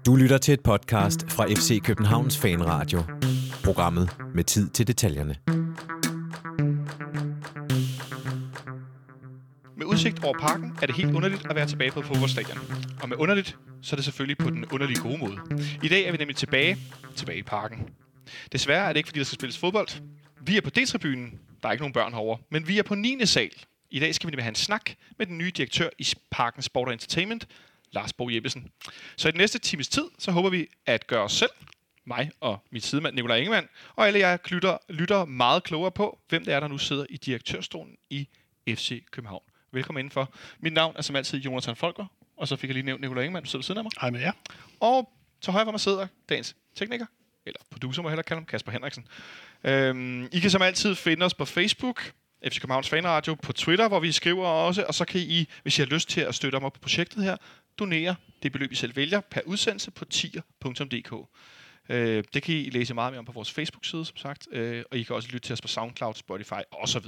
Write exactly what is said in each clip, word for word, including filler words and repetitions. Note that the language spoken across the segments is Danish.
Du lytter til et podcast fra F C Københavns Fanradio. Programmet med tid til detaljerne. Med udsigt over parken er det helt underligt at være tilbage på et fodboldstadion. Og med underligt, så er det selvfølgelig på den underlige gode måde. I dag er vi nemlig tilbage, tilbage i parken. Desværre er det ikke, fordi der skal spilles fodbold. Vi er på D-tribunen. Der er ikke nogen børn herovre. Men vi er på niende sal. I dag skal vi nemlig have en snak med den nye direktør i Parken Sport og Entertainment, Lars Bo Jeppesen. Så i den næste times tid, så håber vi at gøre os selv, mig og mit sidemand Nikolaj Ingemann, og alle jer lytter, lytter meget klogere på, hvem det er, der nu sidder i direktørstolen i F C København. Velkommen indenfor. Mit navn er som altid Jonathan Folker, og så fik jeg lige nævnt Nikolaj Ingemann, du sidder ved siden af mig. Hej med jer. Og til højre for mig sidder dagens tekniker, eller producer må jeg hellere kalde ham, Kasper Henriksen. Øhm, I kan som altid finde os på Facebook, F C Københavns Fanradio, på Twitter, hvor vi skriver også, og så kan I, hvis I har lyst til at støtte om på projektet her, donere det beløb, I selv vælger per udsendelse på tier punktum d k. Øh, det kan I læse meget mere om på vores Facebook-side, som sagt, øh, og I kan også lytte til os på SoundCloud, Spotify osv.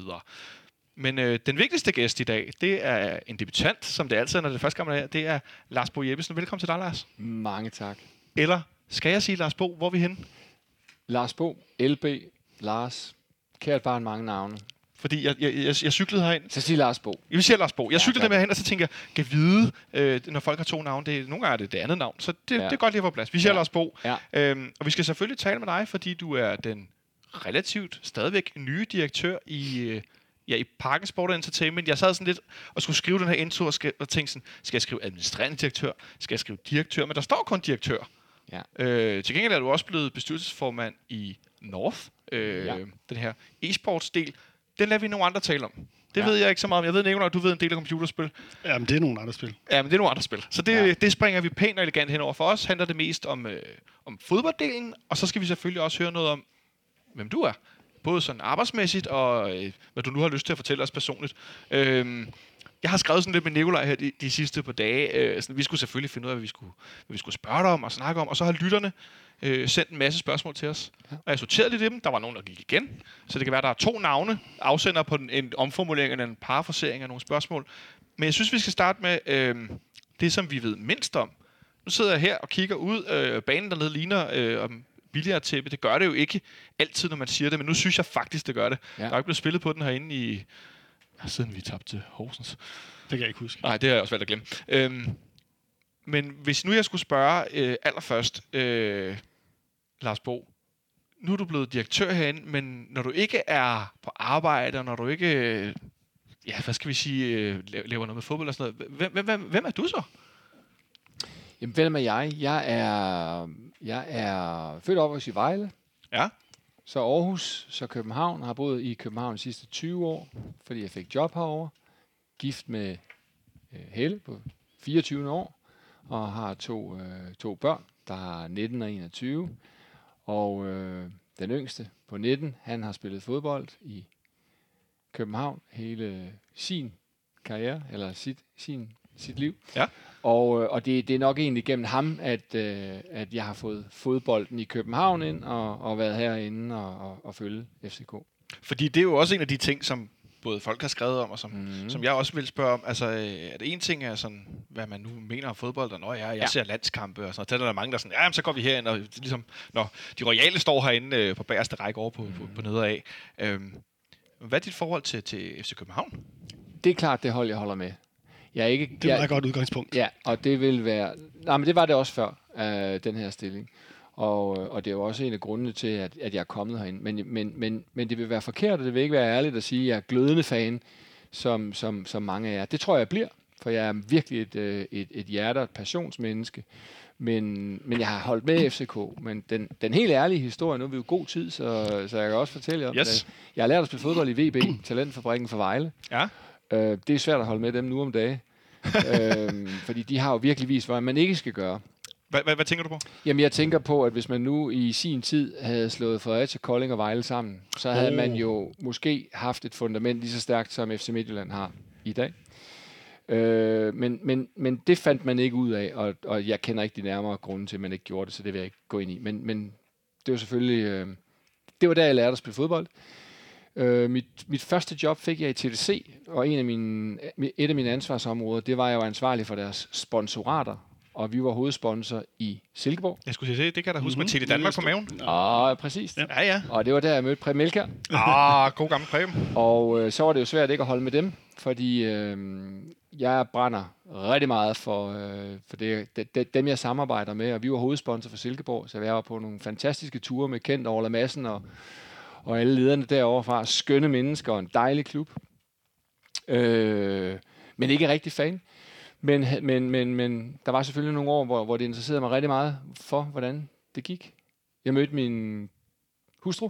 Men øh, den vigtigste gæst i dag, det er en debutant, som det altid er, når det er første gang, man er, det er Lars Bo Jeppesen. Velkommen til dig, Lars. Mange tak. Eller skal jeg sige Lars Bo, hvor er vi henne? Lars Bo, L B, Lars, kært barn, mange navne. Fordi jeg, jeg, jeg, jeg cyklede herind. Så sig Lars Bo. Jeg vil sige Lars Bo. Jeg Ja, cyklede godt. dem herhen, og så tænker jeg, kan vide, øh, når folk har to navne, det er, nogle gange er det det andet navn. Så det, Ja. det er godt lige at få plads. Vi siger Ja. Lars Bo. Ja. Øhm, og vi skal selvfølgelig tale med dig, fordi du er den relativt stadigvæk nye direktør i, øh, ja, i Parken Sport og Entertainment. Jeg sad sådan lidt og skulle skrive den her intro og, skal, og tænkte sådan, skal jeg skrive administrerende direktør? Skal jeg skrive direktør? Men der står kun direktør. Ja. Øh, til gengæld er du også blevet bestyrelsesformand i North, øh, Ja. den her e-sports-del. Den lader vi nogle andre tale om. Det Ja. ved jeg ikke så meget om. Jeg ved, Nicolaj, du ved en del af computerspil. Jamen, det er nogle andre spil. Ja, men det er nogle andre spil. Så det, Ja. det springer vi pænt og elegant henover. For os handler det mest om, øh, om fodbolddelen, og så skal vi selvfølgelig også høre noget om, hvem du er. Både sådan arbejdsmæssigt, og øh, hvad du nu har lyst til at fortælle os personligt. Øhm, jeg har skrevet sådan lidt med Nicolaj her de, de sidste par dage. Øh, sådan, vi skulle selvfølgelig finde ud af, hvad vi skulle, hvad vi skulle spørge dig om og snakke om. Og så har lytterne øh, sendt en masse spørgsmål til os. Ja. Og jeg sorterede lidt i dem. Der var nogen, der gik igen. Så det kan være, der er to navne, afsender på en, en omformulering eller en parafrasering af nogle spørgsmål. Men jeg synes, vi skal starte med øh, det, som vi ved mindst om. Nu sidder jeg her og kigger ud. Øh, banen dernede ligner øh, om billiardtæppe. Det gør det jo ikke altid, når man siger det, men nu synes jeg faktisk, det gør det. Ja. Der er jo ikke blevet spillet på den herinde i... Ja, siden vi tabte til Horsens. Det kan jeg ikke huske. Nej, det har jeg også valgt at glemme. Øhm, men hvis nu jeg skulle spørge øh, allerførst, øh, Lars Bo, nu er du blevet direktør herinde, men når du ikke er på arbejde, og når du ikke, øh, ja, hvad skal vi sige, øh, laver noget med fodbold og sådan noget, hvem, hvem, hvem, hvem er du så? Jamen, hvem er jeg? Jeg er, jeg er født og opvokset i Vejle. Ja. Så Aarhus, så København. Har boet i København de sidste tyve år, fordi jeg fik job herovre. Gift med øh, Helle på fireogtyve år, og har to, øh, to børn, der har nitten og enogtyve. Og øh, den yngste på nitten, han har spillet fodbold i København hele sin karriere, eller sit, sin, sit liv. Ja. Og, øh, og det, det er nok egentlig gennem ham, at, øh, at jeg har fået fodbolden i København ind, og, og været herinde og, og, og følge F C K. Fordi det er jo også en af de ting, som både folk har skrevet om, og som, Mhm. som jeg også vil spørge om. Altså, øh, er det en ting er sådan, hvad man nu mener om fodbold, og når jeg, jeg Ja. ser landskampe og sådan noget, der er der mange, der er sådan, ja, jamen, så går vi herind, og ligesom, når de royale står herinde øh, på bagerste række over på, mm. på, på nedad. Øhm, hvad er dit forhold til, til F C København? Det er klart det hold, jeg holder med. Jeg er ikke, Det er et jeg, meget godt udgangspunkt. Ja, og det vil være... Nej, men det var det også før, øh, den her stilling. Og, øh, og det er jo også en af grundene til, at, at jeg er kommet herinde. Men, men, men, men det vil være forkert, og det vil ikke være ærligt at sige, at jeg er glødende fan, som, som, som mange af jer. Det tror jeg, jeg bliver, for jeg er virkelig et, øh, et, et hjerte- og et passionsmenneske. Men, men jeg har holdt med F C K. Men den, den helt ærlige historie, nu er vi jo god tid, så, så jeg kan også fortælle jer om Yes. det. Jeg har lært at spille fodbold i V B, Talentfabrikken for Vejle. Ja. Øh, det er svært at holde med dem nu om dagen. øhm, fordi de har jo virkelig vist, hvad man ikke skal gøre. Hvad, hvad, hvad tænker du på? Jamen, jeg tænker på, at hvis man nu i sin tid havde slået Fredericia, Kolding og Vejle sammen, så havde Oh. man jo måske haft et fundament lige så stærkt, som F C Midtjylland har i dag. Øh, men, men, men det fandt man ikke ud af, og, og jeg kender ikke de nærmere grunde til, at man ikke gjorde det, så det vil jeg ikke gå ind i. Men, men det var selvfølgelig... Øh, det var der, jeg lærte at spille fodbold. Øh, mit, mit første job fik jeg i T D C, og en af mine, et af mine ansvarsområder, det var, at jeg var ansvarlig for deres sponsorater og vi var hovedsponsor i Silkeborg. Jeg skulle sige, det, det kan jeg da huske Mhm. med Tele Danmark på maven. Og præcis. Ja. Ja, ja. Og det var der, jeg mødte Preben Elkjær. Ah, god gammel Preben. Og øh, så var det jo svært ikke at holde med dem, fordi øh, jeg brænder rigtig meget for, øh, for det, de, de, dem, jeg samarbejder med. Og vi var hovedsponsor for Silkeborg, så jeg var på nogle fantastiske ture med Kent Orla Madsen og, og alle lederne derovre fra. Skønne mennesker og en dejlig klub. Øh, men ikke rigtig fan. Men, men, men, men der var selvfølgelig nogle år, hvor, hvor det interesserede mig rigtig meget for, hvordan det gik. Jeg mødte min hustru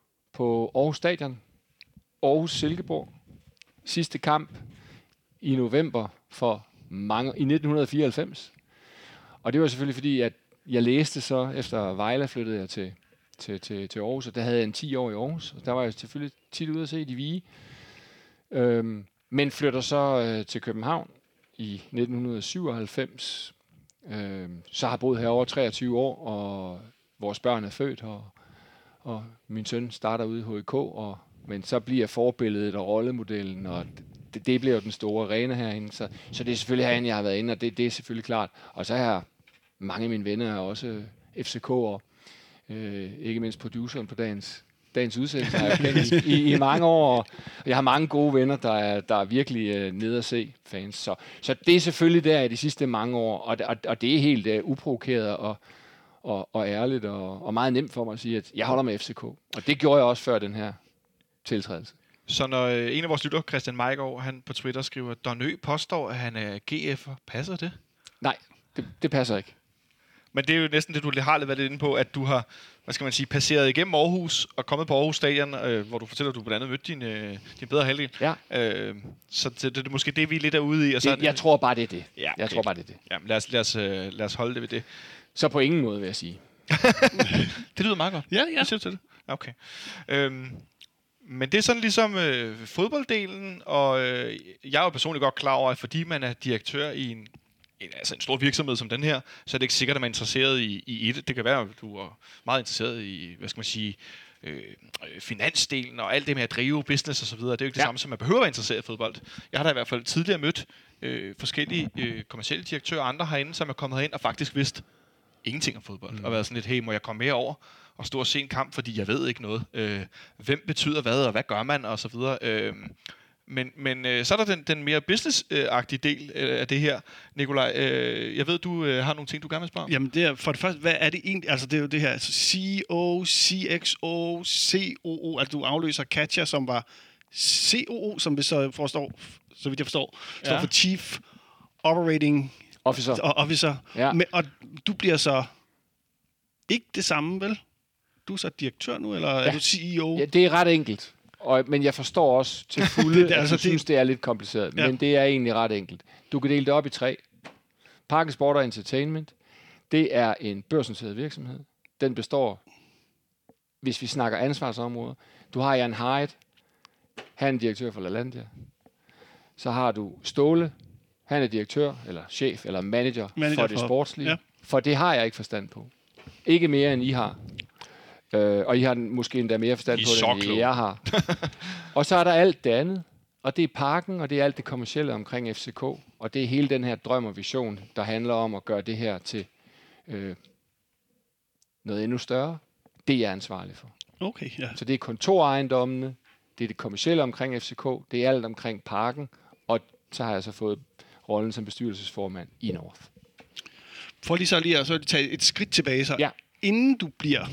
på Aarhus Stadion. Aarhus Silkeborg. Sidste kamp i november for mange, i nitten fireoghalvfems. Og det var selvfølgelig fordi, at jeg læste så, efter Vejle flyttede jeg til, til, til, til Aarhus, og der havde jeg en ti år i Aarhus. Og der var jeg selvfølgelig tit ude at se de vige. Øhm, men flytter så øh, til København i nitten syvoghalvfems. Øhm, så har jeg boet her over treogtyve år, og vores børn er født, og, og min søn starter ude i H I K, og, men så bliver forbilledet og rollemodellen, og det, det bliver jo den store arena herinde. Så, så det er selvfølgelig herinde, jeg har været inde, og det, det er selvfølgelig klart. Og så har mange af mine venner er også F C K'er, øh, ikke mindst produceren på dagens Dagens udsendelse har jeg kendt i, i, i mange år, og jeg har mange gode venner, der er, der er virkelig øh, nede at se fans. Så, så det er selvfølgelig der i de sidste mange år, og, og, og det er helt øh, uprovokeret og, og, og ærligt, og, og meget nemt for mig at sige, at jeg holder med F C K. Og det gjorde jeg også før den her tiltrædelse. Så når øh, en af vores lytter, Christian Meigård, han på Twitter skriver, Don Ø påstår, at han er G F'er. Passer det? Nej, det, det passer ikke. Men det er jo næsten det, du har lidt været inde på, at du har, hvad skal man sige, passeret igennem Aarhus og kommet på Aarhus Stadion, øh, hvor du fortæller, at du blandt andet mødte din, øh, din bedre halvdel. Ja. Øh, så det, det, det er måske det, vi er lidt er ude i. Og så Det, er det, jeg tror bare, det er det. Ja, Jeg okay. tror bare, det er det. Ja, lad os, lad, os, øh, lad os holde det ved det. Så på ingen måde, vil jeg sige. Det lyder meget godt. Ja, ja. Hvad siger du til det? Okay. Øhm, men det er sådan ligesom øh, fodbolddelen, og øh, jeg er jo personligt godt klar over, at fordi man er direktør i en, en, altså en stor virksomhed som den her, så er det ikke sikkert, at man er interesseret i, i et. Det kan være, at du er meget interesseret i, hvad skal man sige, øh, finansdelen og alt det med at drive business og så videre. Det er jo ikke det Ja. samme, som man behøver at være interesseret i fodbold. Jeg har da i hvert fald tidligere mødt øh, forskellige øh, kommercielle direktører og andre herinde, som er kommet herind og faktisk vidst ingenting om fodbold. Mm. Og været sådan lidt, hey, må jeg komme med over og stå og se en kamp, fordi jeg ved ikke noget. Øh, hvem betyder hvad, og hvad gør man, og så videre. Øh, men men øh, så er der den, den mere business-agtige del øh, af det her, Nikolaj. Øh, jeg ved, du øh, har nogle ting, du gerne vil spørge om. Jamen, det er, for det første, hvad er det egentlig? Altså, det er jo det her, altså C E O, C X O, C O O, altså du afløser Katja, som var C O O, som vi så forstår, så vidt jeg forstår, står Ja. for Chief Operating Officer. Officer. Ja. Men, og du bliver så ikke det samme, vel? Du er så direktør nu, eller ja. er du C E O? Ja, det er ret enkelt. Og, men jeg forstår også til fulde, Det er at altså du det- synes, det er lidt kompliceret. Ja. Men det er egentlig ret enkelt. Du kan dele det op i tre. Parken Sport og Entertainment, det er en børsnoteret virksomhed. Den består, hvis vi snakker ansvarsområder, du har Jan Haidt, han er direktør for LaLandia. Så har du Ståle, han er direktør, eller chef, eller manager, Manager for det for- sportslige. ja. For det har jeg ikke forstand på. Ikke mere, end I har. Øh, og I har den måske endda mere forstand I er på så det, end kloge. jeg har. Og så er der alt det andet. Og det er parken, og det er alt det kommercielle omkring F C K. Og det er hele den her drøm og vision, der handler om at gøre det her til øh, noget endnu større. Det er jeg ansvarlig for. Okay, ja. Så det er kontorejendommene, det er det kommercielle omkring F C K, det er alt omkring parken, og så har jeg så fået rollen som bestyrelsesformand i North. For lige så lige at så tage et skridt tilbage, så Ja. inden du bliver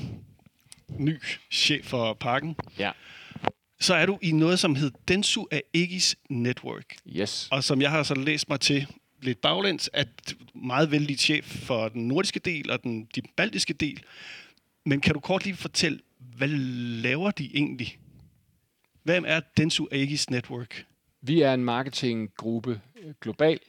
ny chef for parken, Ja. så er du i noget, som hedder Densu Aegis Network. Yes. Og som jeg har så læst mig til lidt baglæns, at meget vældig chef for den nordiske del og den de baltiske del. Men kan du kort lige fortælle, hvad laver de egentlig? Hvem er Densu Aegis Network? Vi er en marketinggruppe øh, global,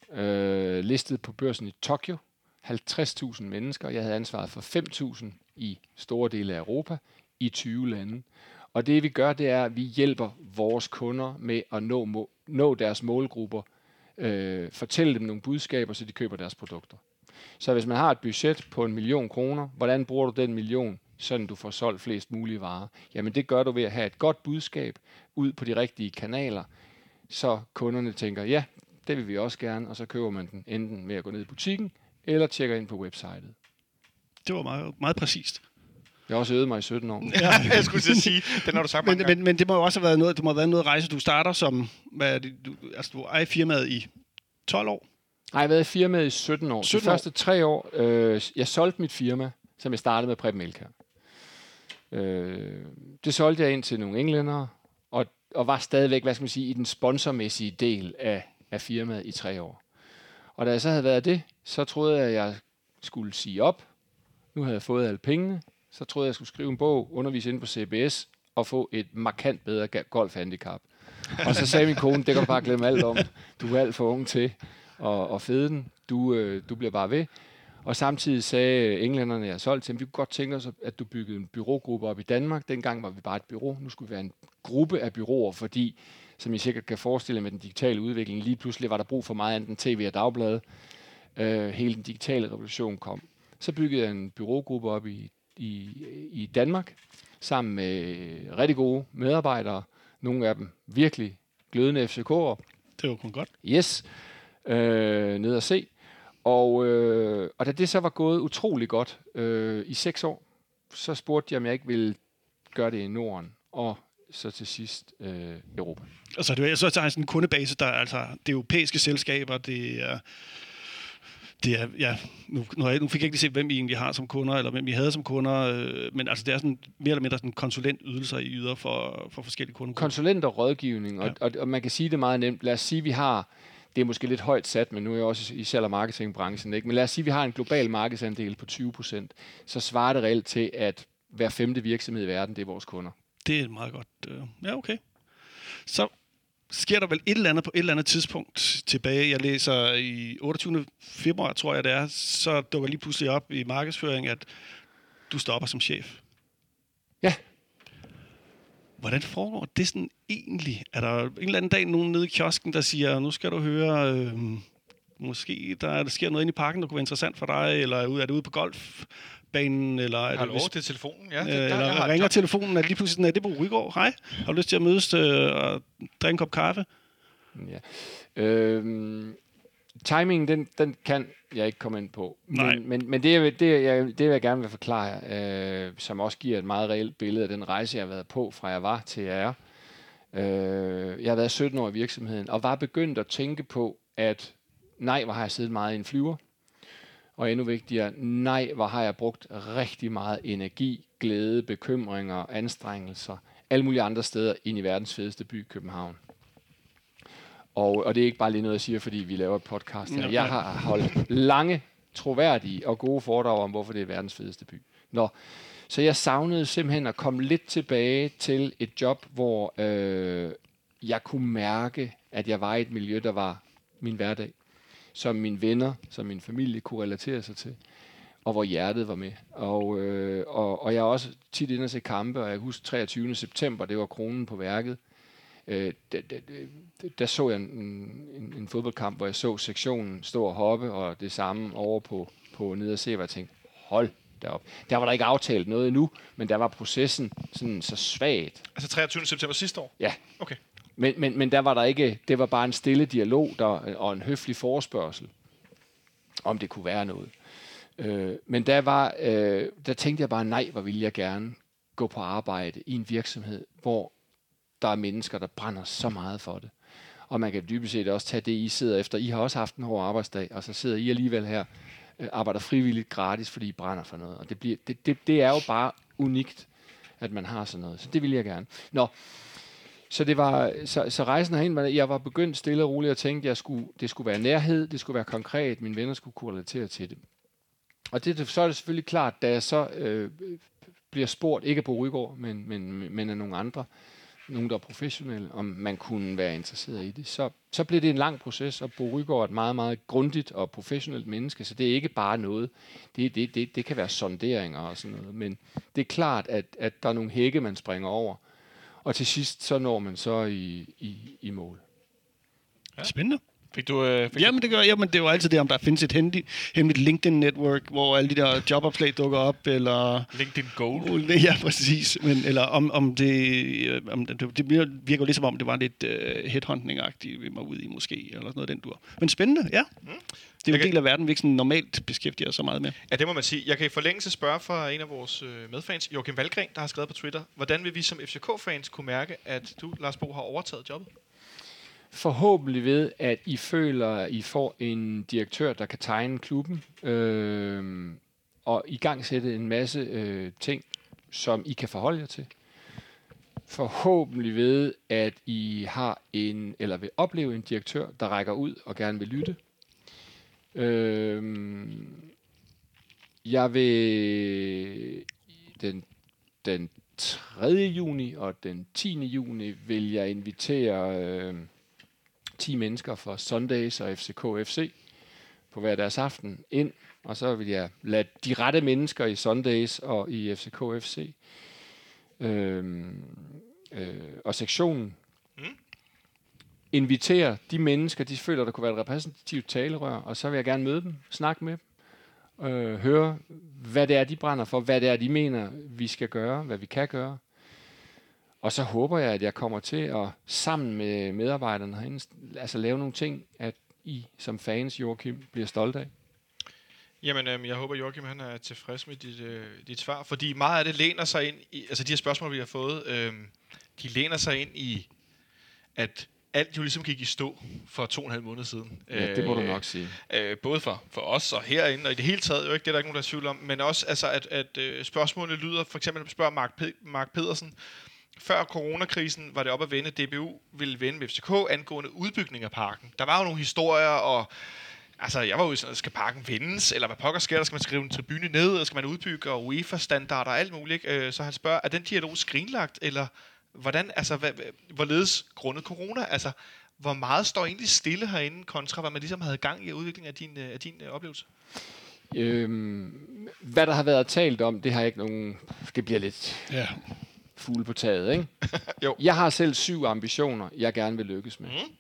øh, listet på børsen i Tokyo. halvtreds tusind mennesker. Jeg havde ansvaret for fem tusind i store dele af Europa, i tyve lande. Og det vi gør, det er, at vi hjælper vores kunder med at nå, må, nå deres målgrupper, øh, fortælle dem nogle budskaber, så de køber deres produkter. Så hvis man har et budget på en million kroner, hvordan bruger du den million, sådan du får solgt flest mulige varer? Jamen det gør du ved at have et godt budskab ud på de rigtige kanaler, så kunderne tænker, ja, det vil vi også gerne, og så køber man den enten med at gå ned i butikken, eller tjekker ind på websitet. Det var meget, meget præcist. Jeg har også øvet mig i sytten år. Ja, jeg skulle til at sige, den har du sagt mange Men, gange. men, men det må jo også have været noget, det må have været noget rejse. Du starter som, hvad er det, du, altså du ejer firmaet i tolv år. Nej, jeg har været i firmaet i sytten år. sytten De første tre år, øh, jeg solgte mit firma, som jeg startede med Preben Elkjær. Øh, det solgte jeg ind til nogle englændere, og, og var stadigvæk, hvad skal man sige, i den sponsormæssige del af, af firmaet i tre år. Og da jeg så havde været det, så troede jeg, at jeg skulle sige op. Nu havde jeg fået alle pengene. Så troede jeg, jeg skulle skrive en bog, undervise inde på C B S og få et markant bedre golfhandicap. Og så sagde min kone, det kan du bare glemme alt om. Du er alt for ung til at, at fede den. Du, øh, du bliver bare ved. Og samtidig sagde englænderne, jeg solgte til dem, vi kunne godt tænke os, at du byggede en byrågruppe op i Danmark. Dengang var vi bare et bureau. Nu skulle vi være en gruppe af bureauer, fordi, som I sikkert kan forestille med den digitale udvikling, lige pludselig var der brug for meget andet end tv og dagblade. Øh, hele den digitale revolution kom. Så byggede jeg en bureaugruppe op i, i, i Danmark, sammen med rigtig gode medarbejdere. Nogle af dem virkelig glødende F C K'ere. Det var kun godt. Yes, øh, ned at se. Og, øh, og da det så var gået utrolig godt øh, i seks år, så spurgte jeg, om jeg ikke ville gøre det i Norden, og så til sidst øh, Europa. Altså, det er så sådan en kundebase, der altså, det er europæiske selskaber, det er, det er, ja, nu, nu fik jeg ikke lige set, hvem I egentlig har som kunder, eller hvem I havde som kunder, øh, men altså, det er sådan mere eller mindre sådan konsulentydelser, I yder for, for forskellige kunder. Konsulent og rådgivning, og, ja. og, og man kan sige det meget nemt. Lad os sige, vi har, det er måske lidt højt sat, men nu er jeg også i salg- og marketingbranchen, ikke? Men lad os sige, vi har en global markedsandel på tyve procent, så svarer det reelt til, at hver femte virksomhed i verden, det er vores kunder. Det er meget godt. Øh, ja, okay. Så sker der vel et eller andet på et eller andet tidspunkt tilbage. Jeg læser i otteogtyvende februar, tror jeg det er, så dukker lige pludselig op i markedsføring, at du stopper som chef. Ja. Hvordan foregår det sådan egentlig? Er der en eller anden dag nogen nede i kiosken, der siger, nu skal du høre, øh, måske der, der sker noget inde i parken, der kunne være interessant for dig, eller er det ude på golfbanen, eller er Hallo, det, det er telefonen. Ja, det, øh, der, eller jeg har ringer job. telefonen, er det lige pludselig sådan, er det på Rygård? Hej, har du lyst til at mødes øh, og drikke en kop kaffe? Ja. Øhm, timingen, den, den kan jeg ikke komme ind på. Nej. Men, men, men det, jeg, det, jeg, det vil jeg gerne vil forklare, øh, som også giver et meget reelt billede af den rejse, jeg har været på, fra jeg var til jeg er. Øh, jeg har været sytten år i virksomheden, og var begyndt at tænke på, at nej, hvor har jeg siddet meget i en flyver. Og endnu vigtigere, nej, hvor har jeg brugt rigtig meget energi, glæde, bekymringer, anstrengelser, alle mulige andre steder ind i verdens fedeste by, København. Og, og det er ikke bare lige noget, jeg siger, fordi vi laver et podcast her. Jeg har holdt lange, troværdige og gode foredrag om, hvorfor det er verdens fedeste by. Nå, så jeg savnede simpelthen at komme lidt tilbage til et job, hvor øh, jeg kunne mærke, at jeg var i et miljø, der var min hverdag. Som mine venner, som min familie kunne relatere sig til. Og hvor hjertet var med. Og, øh, og, og jeg er også tit inde og se kampe, og jeg husker treogtyvende september, det var kronen på værket. Øh, der, der, der så jeg en, en, en fodboldkamp, hvor jeg så sektionen stå og hoppe, og det samme over på, på nede og se, hvor jeg tænkte, hold derop. Der var der ikke aftalt noget endnu, men der var processen sådan så svagt. Altså treogtyvende september sidste år? Ja. Okay. Men, men, men der var der ikke, det var bare en stille dialog der, og en høflig forespørgsel, om det kunne være noget. Øh, men der, var, øh, der tænkte jeg bare, nej, hvor ville jeg gerne gå på arbejde i en virksomhed, hvor der er mennesker, der brænder så meget for det. Og man kan dybest set også tage det, I sidder efter. I har også haft en hård arbejdsdag, og så sidder I alligevel her, øh, arbejder frivilligt gratis, fordi I brænder for noget. Og det, bliver, det, det, det er jo bare unikt, at man har sådan noget. Så det ville jeg gerne. Nå, så, det var, så, så rejsen herhen, jeg var begyndt stille og roligt at tænke, at jeg skulle, det skulle være nærhed, det skulle være konkret, mine venner skulle kunne relatere til det. Og det, så er det selvfølgelig klart, da jeg så øh, bliver spurgt, ikke på Rygård, men, men, men af nogle andre, nogen der er professionelle, om man kunne være interesseret i det, så, så blev det en lang proces, og Bo Rygård er et meget, meget grundigt og professionelt menneske, så det er ikke bare noget, det, det, det, det kan være sonderinger og sådan noget, men det er klart, at, at der er nogle hække, man springer over, og til sidst, så når man så i, i, i mål. Ja. Spændende. Fik du... Øh, fik Jamen, det gør jamen, det er jo altid det, om der findes et hemmeligt, hemmeligt LinkedIn-netværk, hvor alle de der jobopslag dukker op, eller... LinkedIn Gold. Ja, præcis. Men, eller om, om det... Om det, det virker jo ligesom om, det var lidt uh, headhunting-agtigt, vi var ude i måske, eller sådan noget den dur. Men spændende, ja. Mm. Det er jo en del af verden, vi ikke sådan normalt beskæftiger os så meget med. Ja, det må man sige. Jeg kan i forlængelse spørge fra en af vores øh, medfans, Joachim Valgren, der har skrevet på Twitter, hvordan vil vi som F C K-fans kunne mærke, at du, Lars Bo, har overtaget jobbet? Forhåbentlig ved, at I føler, at I får en direktør, der kan tegne klubben, øh, og i gang sætte en masse øh, ting, som I kan forholde jer til. Forhåbentlig ved, at I har en, eller vil opleve en direktør, der rækker ud og gerne vil lytte. Øh, jeg vil den, den tredje juni og den tiende juni vil jeg invitere øh, ti mennesker fra Sundays og F C K F C på hver deres aften ind, og så vil jeg lade de rette mennesker i Sundays og i F C K F C øh, øh, og sektionen mm. invitere de mennesker, de føler, der kunne være et repræsentativt talerør, og så vil jeg gerne møde dem, snakke med dem, øh, høre, hvad det er, de brænder for, hvad det er, de mener, vi skal gøre, hvad vi kan gøre. Og så håber jeg, at jeg kommer til at sammen med medarbejderne herinde, altså lave nogle ting, at I som fans, Joachim, bliver stolte af. Jamen, øhm, jeg håber, Joachim han er tilfreds med dit, øh, dit svar, fordi meget af det læner sig ind i, altså de her spørgsmål, vi har fået, øh, de læner sig ind i, at alt jo ligesom gik i stå for to og en halv måned siden. Ja, det må du nok sige. Øh, både for, for os og herinde, og i det hele taget, jo ikke, det er der ikke nogen, der er tvivl om, men også, altså, at, at øh, spørgsmålene lyder, for eksempel spørger Mark, P- Mark Pedersen, før coronakrisen var det op at vende, D B U ville vende med F C K angående udbygning af parken. Der var jo nogle historier, og altså, jeg var jo sådan, skal parken vendes, eller hvad pokker sker der? Skal man skrive en tribune ned, eller skal man udbygge, og UEFA-standarder og alt muligt? Øh, så han spørger, er den dialog skrinlagt, eller hvordan, altså, hvad, hvorledes grundet corona? Altså, hvor meget står egentlig stille herinde, kontra hvad man ligesom havde gang i udviklingen af din, af din uh, oplevelse? Øhm, hvad der har været talt om, det har jeg ikke nogen... Det bliver lidt... Ja. Fugle på taget, ikke? Jo. Jeg har selv syv ambitioner, jeg gerne vil lykkes med. Mm.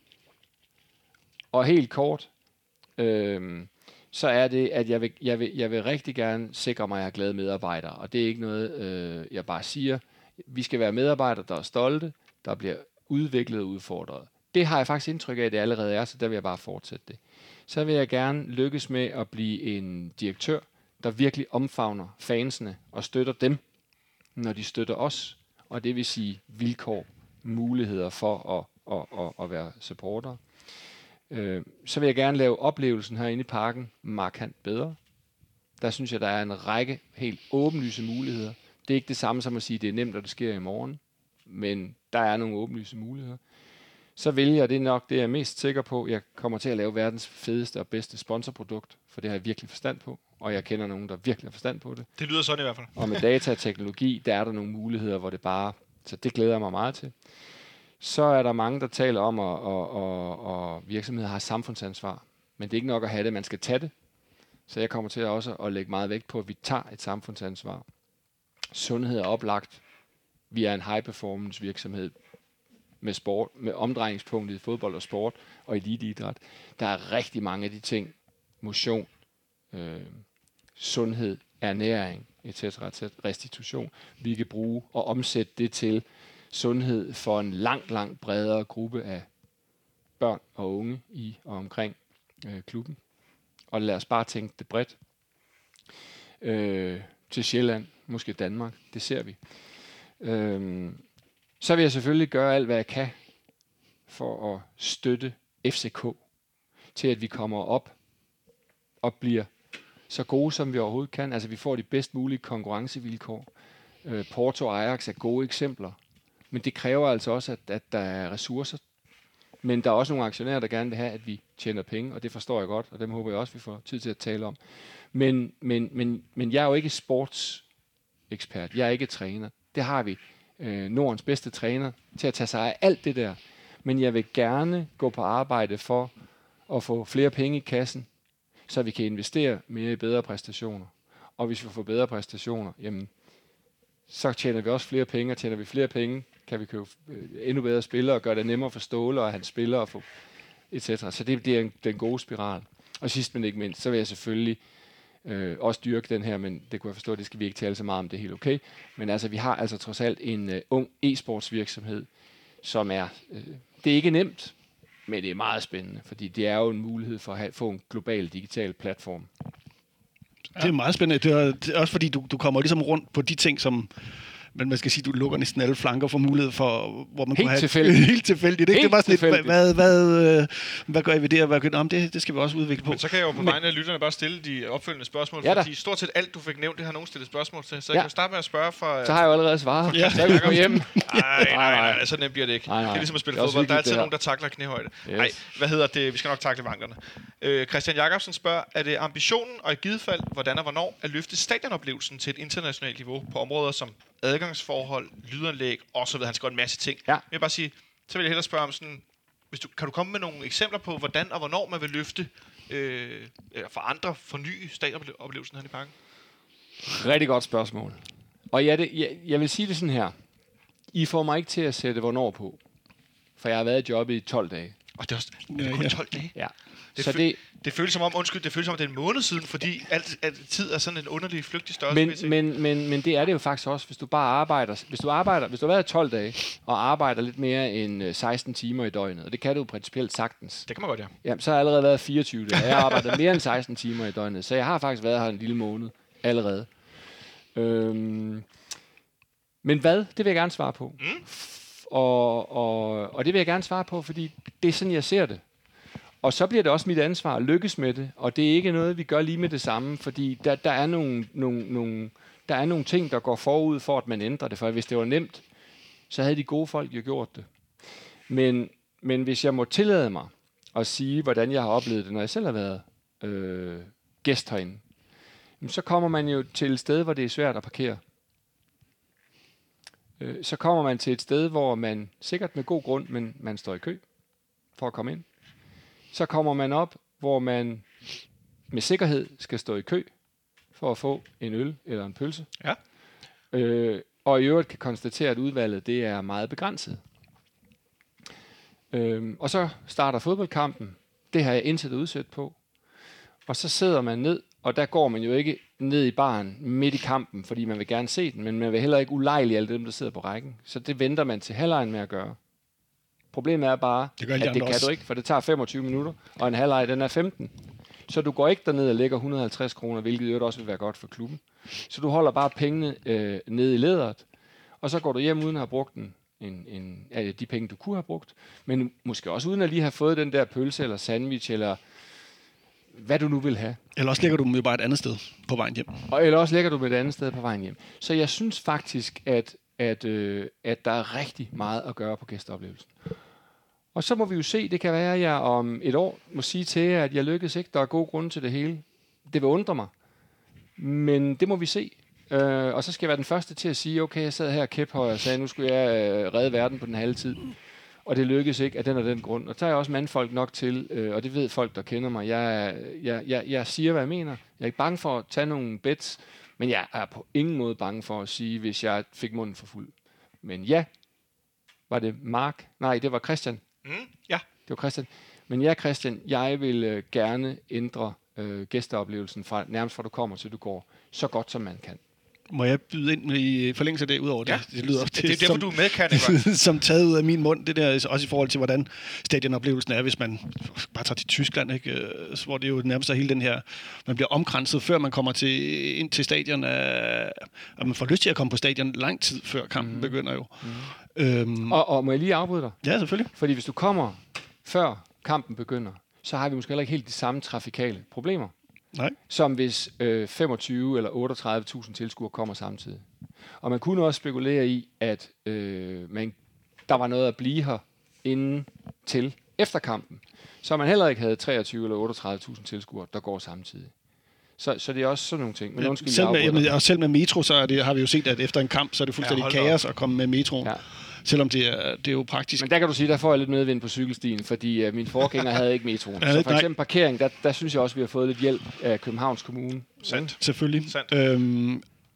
Og helt kort, øhm, så er det, at jeg vil, jeg, vil, jeg vil rigtig gerne sikre mig, at jeg har glade medarbejdere. Og det er ikke noget, øh, jeg bare siger. Vi skal være medarbejdere, der er stolte, der bliver udviklet og udfordret. Det har jeg faktisk indtryk af, at det allerede er, så der vil jeg bare fortsætte det. Så vil jeg gerne lykkes med at blive en direktør, der virkelig omfavner fansene og støtter dem, når de støtter os. Og det vil sige vilkår, muligheder for at, at, at, at være supporter. Øh, så vil jeg gerne lave oplevelsen herinde i parken markant bedre. Der synes jeg, der er en række helt åbenlyse muligheder. Det er ikke det samme som at sige, at det er nemt, at det sker i morgen. Men der er nogle åbenlyse muligheder. Så vælger jeg det nok, det er jeg mest sikker på. Jeg kommer til at lave verdens fedeste og bedste sponsorprodukt, for det har jeg virkelig forstand på. Og jeg kender nogen, der virkelig har forstand på det. Det lyder sådan i hvert fald. Og med data og teknologi, der er der nogle muligheder, hvor det bare... Så det glæder jeg mig meget til. Så er der mange, der taler om, at og, og, og virksomheder har samfundsansvar. Men det er ikke nok at have det, man skal tage det. Så jeg kommer til også at lægge meget vægt på, at vi tager et samfundsansvar. Sundhed er oplagt. Vi er en high-performance virksomhed med sport, med omdrejningspunktet i fodbold og sport og eliteidræt. Der er rigtig mange af de ting. Motion, øh, sundhed, ernæring, et cetera, et cetera, restitution, vi kan bruge og omsætte det til sundhed for en langt, langt bredere gruppe af børn og unge i og omkring øh, klubben. Og lad os bare tænke det bredt. Øh, til Sjælland, måske Danmark, det ser vi. Øh, så vil jeg selvfølgelig gøre alt, hvad jeg kan for at støtte F C K til, at vi kommer op og bliver så gode, som vi overhovedet kan. Altså, vi får de bedst mulige konkurrencevilkår. Øh, Porto og Ajax er gode eksempler. Men det kræver altså også, at, at der er ressourcer. Men der er også nogle aktionærer, der gerne vil have, at vi tjener penge, og det forstår jeg godt, og dem håber jeg også, vi får tid til at tale om. Men, men, men, men jeg er jo ikke sportsekspert. Jeg er ikke træner. Det har vi. Øh, Nordens bedste træner til at tage sig af alt det der. Men jeg vil gerne gå på arbejde for at få flere penge i kassen, så vi kan investere mere i bedre præstationer. Og hvis vi får bedre præstationer, jamen, så tjener vi også flere penge, og tjener vi flere penge, kan vi købe endnu bedre spillere og gøre det nemmere for Ståle og hans spillere at få et cetera. Så det, det er en, den gode spiral. Og sidst men ikke mindst, så vil jeg selvfølgelig øh, også dyrke den her, men det kunne jeg forstå, det skal vi ikke tale så meget om, det er helt okay. Men altså, vi har altså trods alt en øh, ung e-sportsvirksomhed, som er, øh, det er ikke nemt, men det er meget spændende, fordi det er jo en mulighed for at have, få en global digital platform. Det er meget spændende. Det er, det er også fordi, du, du kommer ligesom rundt på de ting, som... Men man skal sige, at du lukker næsten alle flanker for mulighed for, hvor man Helt kunne have... tilfældigt. Helt tilfældigt. Ikke? Helt Det var sådan tilfældigt. lidt, hvad, hvad, hvad, hvad gør I ved det, og hvad gør I? Jamen, det, det skal vi også udvikle på. Men så kan jeg jo på vegne af lytterne bare stille de opfølgende spørgsmål, Ja da. fordi stort set alt, du fik nævnt, det har nogen stillet spørgsmål til. Så Ja. jeg kan jo starte med at spørge for... Så har jeg jo allerede svaret. Ja. Så kan vi gå hjem. Nej, nej, nej. nej, så nemt bliver det ikke. Nej, nej. Det er ligesom at spille Det er også fodbold. Der er vigtigt, altid det her. nogen, der takler knæhøjde. Yes. Nej, hvad hedder det? Vi skal nok takle vankerne. Øh, Christian Jacobsen spørger, er det ambitionen, og i givet fald, hvordan og hvornår, at løfte stadionoplevelsen til et internationalt niveau på områder som adgangsforhold, lydanlæg og så videre. Han skal en masse ting. Ja. Jeg vil bare sige, så vil jeg hellere spørge om sådan, hvis du, kan du komme med nogle eksempler på, hvordan og hvornår man vil løfte, øh, eller forandre, forny stadionoplevelsen her i parken? Rigtig godt spørgsmål. Og ja, det, jeg, jeg vil sige det sådan her. I får mig ikke til at sætte hvornår på. For jeg har været i jobbet i tolv dage. Og det er, også, det er kun Ja, ja. tolv dage. Ja. Det, Så fø- det, det føles som om, undskyld, det føles som om, det er en måned siden, fordi alt, alt tid er sådan en underlig, flygtig størrelse. men, men, men, men det er det jo faktisk også, hvis du bare arbejder. Hvis du arbejder, hvis du har været i tolv dage, og arbejder lidt mere end øh, seksten timer i døgnet, og det kan du jo principielt sagtens, Det kan man godt, ja. jamen, så har jeg allerede været fireogtyve dage. Jeg har arbejdet mere end seksten timer i døgnet, så jeg har faktisk været her en lille måned allerede. Øhm, men hvad? Det vil jeg gerne svare på. Mm. F- og, og, og det vil jeg gerne svare på, fordi det er sådan, jeg ser det. Og så bliver det også mit ansvar at lykkes med det, og det er ikke noget, vi gør lige med det samme, fordi der, der, er, nogle, nogle, nogle, der er nogle ting, der går forud for, at man ændrer det. For hvis det var nemt, så havde de gode folk jo gjort det. Men, men hvis jeg må tillade mig at sige, hvordan jeg har oplevet det, når jeg selv har været øh, gæst herinde, så kommer man jo til et sted, hvor det er svært at parkere. Øh, så kommer man til et sted, hvor man sikkert med god grund, men man står i kø for at komme ind. Så kommer man op, hvor man med sikkerhed skal stå i kø for at få en øl eller en pølse. Ja. Øh, og i øvrigt kan konstatere, at udvalget det er meget begrænset. Øh, og så starter fodboldkampen. Det har jeg intet udsat på. Og så sidder man ned, og der går man jo ikke ned i baren midt i kampen, fordi man vil gerne se den, men man vil heller ikke ulejlige alle dem, der sidder på rækken. Så det venter man til halvlejen med at gøre. Problemet er bare, Det gør at de det andre kan også. du ikke, for det tager femogtyve minutter, og en halvleg, den er femten. Så du går ikke derned og lægger et hundrede og halvtreds kroner, hvilket jo også vil være godt for klubben. Så du holder bare pengene øh, nede i læderet, og så går du hjem uden at have brugt en, en, en, ja, de penge, du kunne have brugt, men måske også uden at lige have fået den der pølse eller sandwich, eller hvad du nu vil have. Eller også lægger du dem jo bare et andet sted på vejen hjem. Og eller også lægger du med et andet sted på vejen hjem. Så jeg synes faktisk, at, at, øh, at der er rigtig meget at gøre på gæsteoplevelsen. Og så må vi jo se, det kan være, at jeg om et år må sige til jer, at jeg lykkes ikke. Der er gode grunde til det hele. Det vil undre mig. Men det må vi se. Øh, og så skal jeg være den første til at sige, okay, jeg sad her kæphøj og sagde, nu skulle jeg øh, redde verden på den halve tid. Og det lykkes ikke af den og den grund. Og der er jeg også mandfolk nok til, øh, og det ved folk, der kender mig. Jeg, jeg, jeg, jeg siger, hvad jeg mener. Jeg er ikke bange for at tage nogle bets, men jeg er på ingen måde bange for at sige, hvis jeg fik munden for fuld. Men ja, var det Mark? Nej, det var Christian. Mm, ja. Det var Christian. Men ja, Christian, jeg vil øh, gerne ændre øh, gæsteoplevelsen fra nærmest fra du kommer til du går, så godt som man kan. Må jeg byde ind i forlængelse af det, udover Ja. det? Det lyder Det, det er derfor, du er med, kan det som taget ud af min mund, det der også i forhold til, hvordan stadionoplevelsen er, hvis man bare tager til Tyskland, ikke? Øh, hvor det jo nærmest er hele den her, man bliver omkranset, før man kommer til, ind til stadion, øh, og man får lyst til at komme på stadion lang tid, før kampen mm. begynder jo. Mm. Øhm, Og, og må jeg lige afbryde dig? ja, selvfølgelig. Fordi hvis du kommer før kampen begynder, så har vi måske heller ikke helt de samme trafikale problemer, Nej. som hvis øh, femogtyve eller otteogtredive tusind tilskuere kommer samtidig. Og man kunne også spekulere i, at øh, man, der var noget at blive her inden til efter kampen, så man heller ikke havde treogtyve eller otteogtredive tusind tilskuere, der går samtidig. Så, så det er også sådan nogle ting. Men undskyld, selv, jeg med, afbryder dig. jamen, og selv med metro, så er det, har vi jo set, at efter en kamp, så er det fuldstændig Ja, hold da kaos at komme med metroen. Ja. Selvom det er, det er jo praktisk. Men der kan du sige, der får jeg lidt medvind på cykelstien, fordi uh, min forgænger havde ikke metroen. Ja, Så for nej. eksempel parkering, der, der synes jeg også, vi har fået lidt hjælp af Københavns Kommune. Sandt. Selvfølgelig. Sandt. Øhm,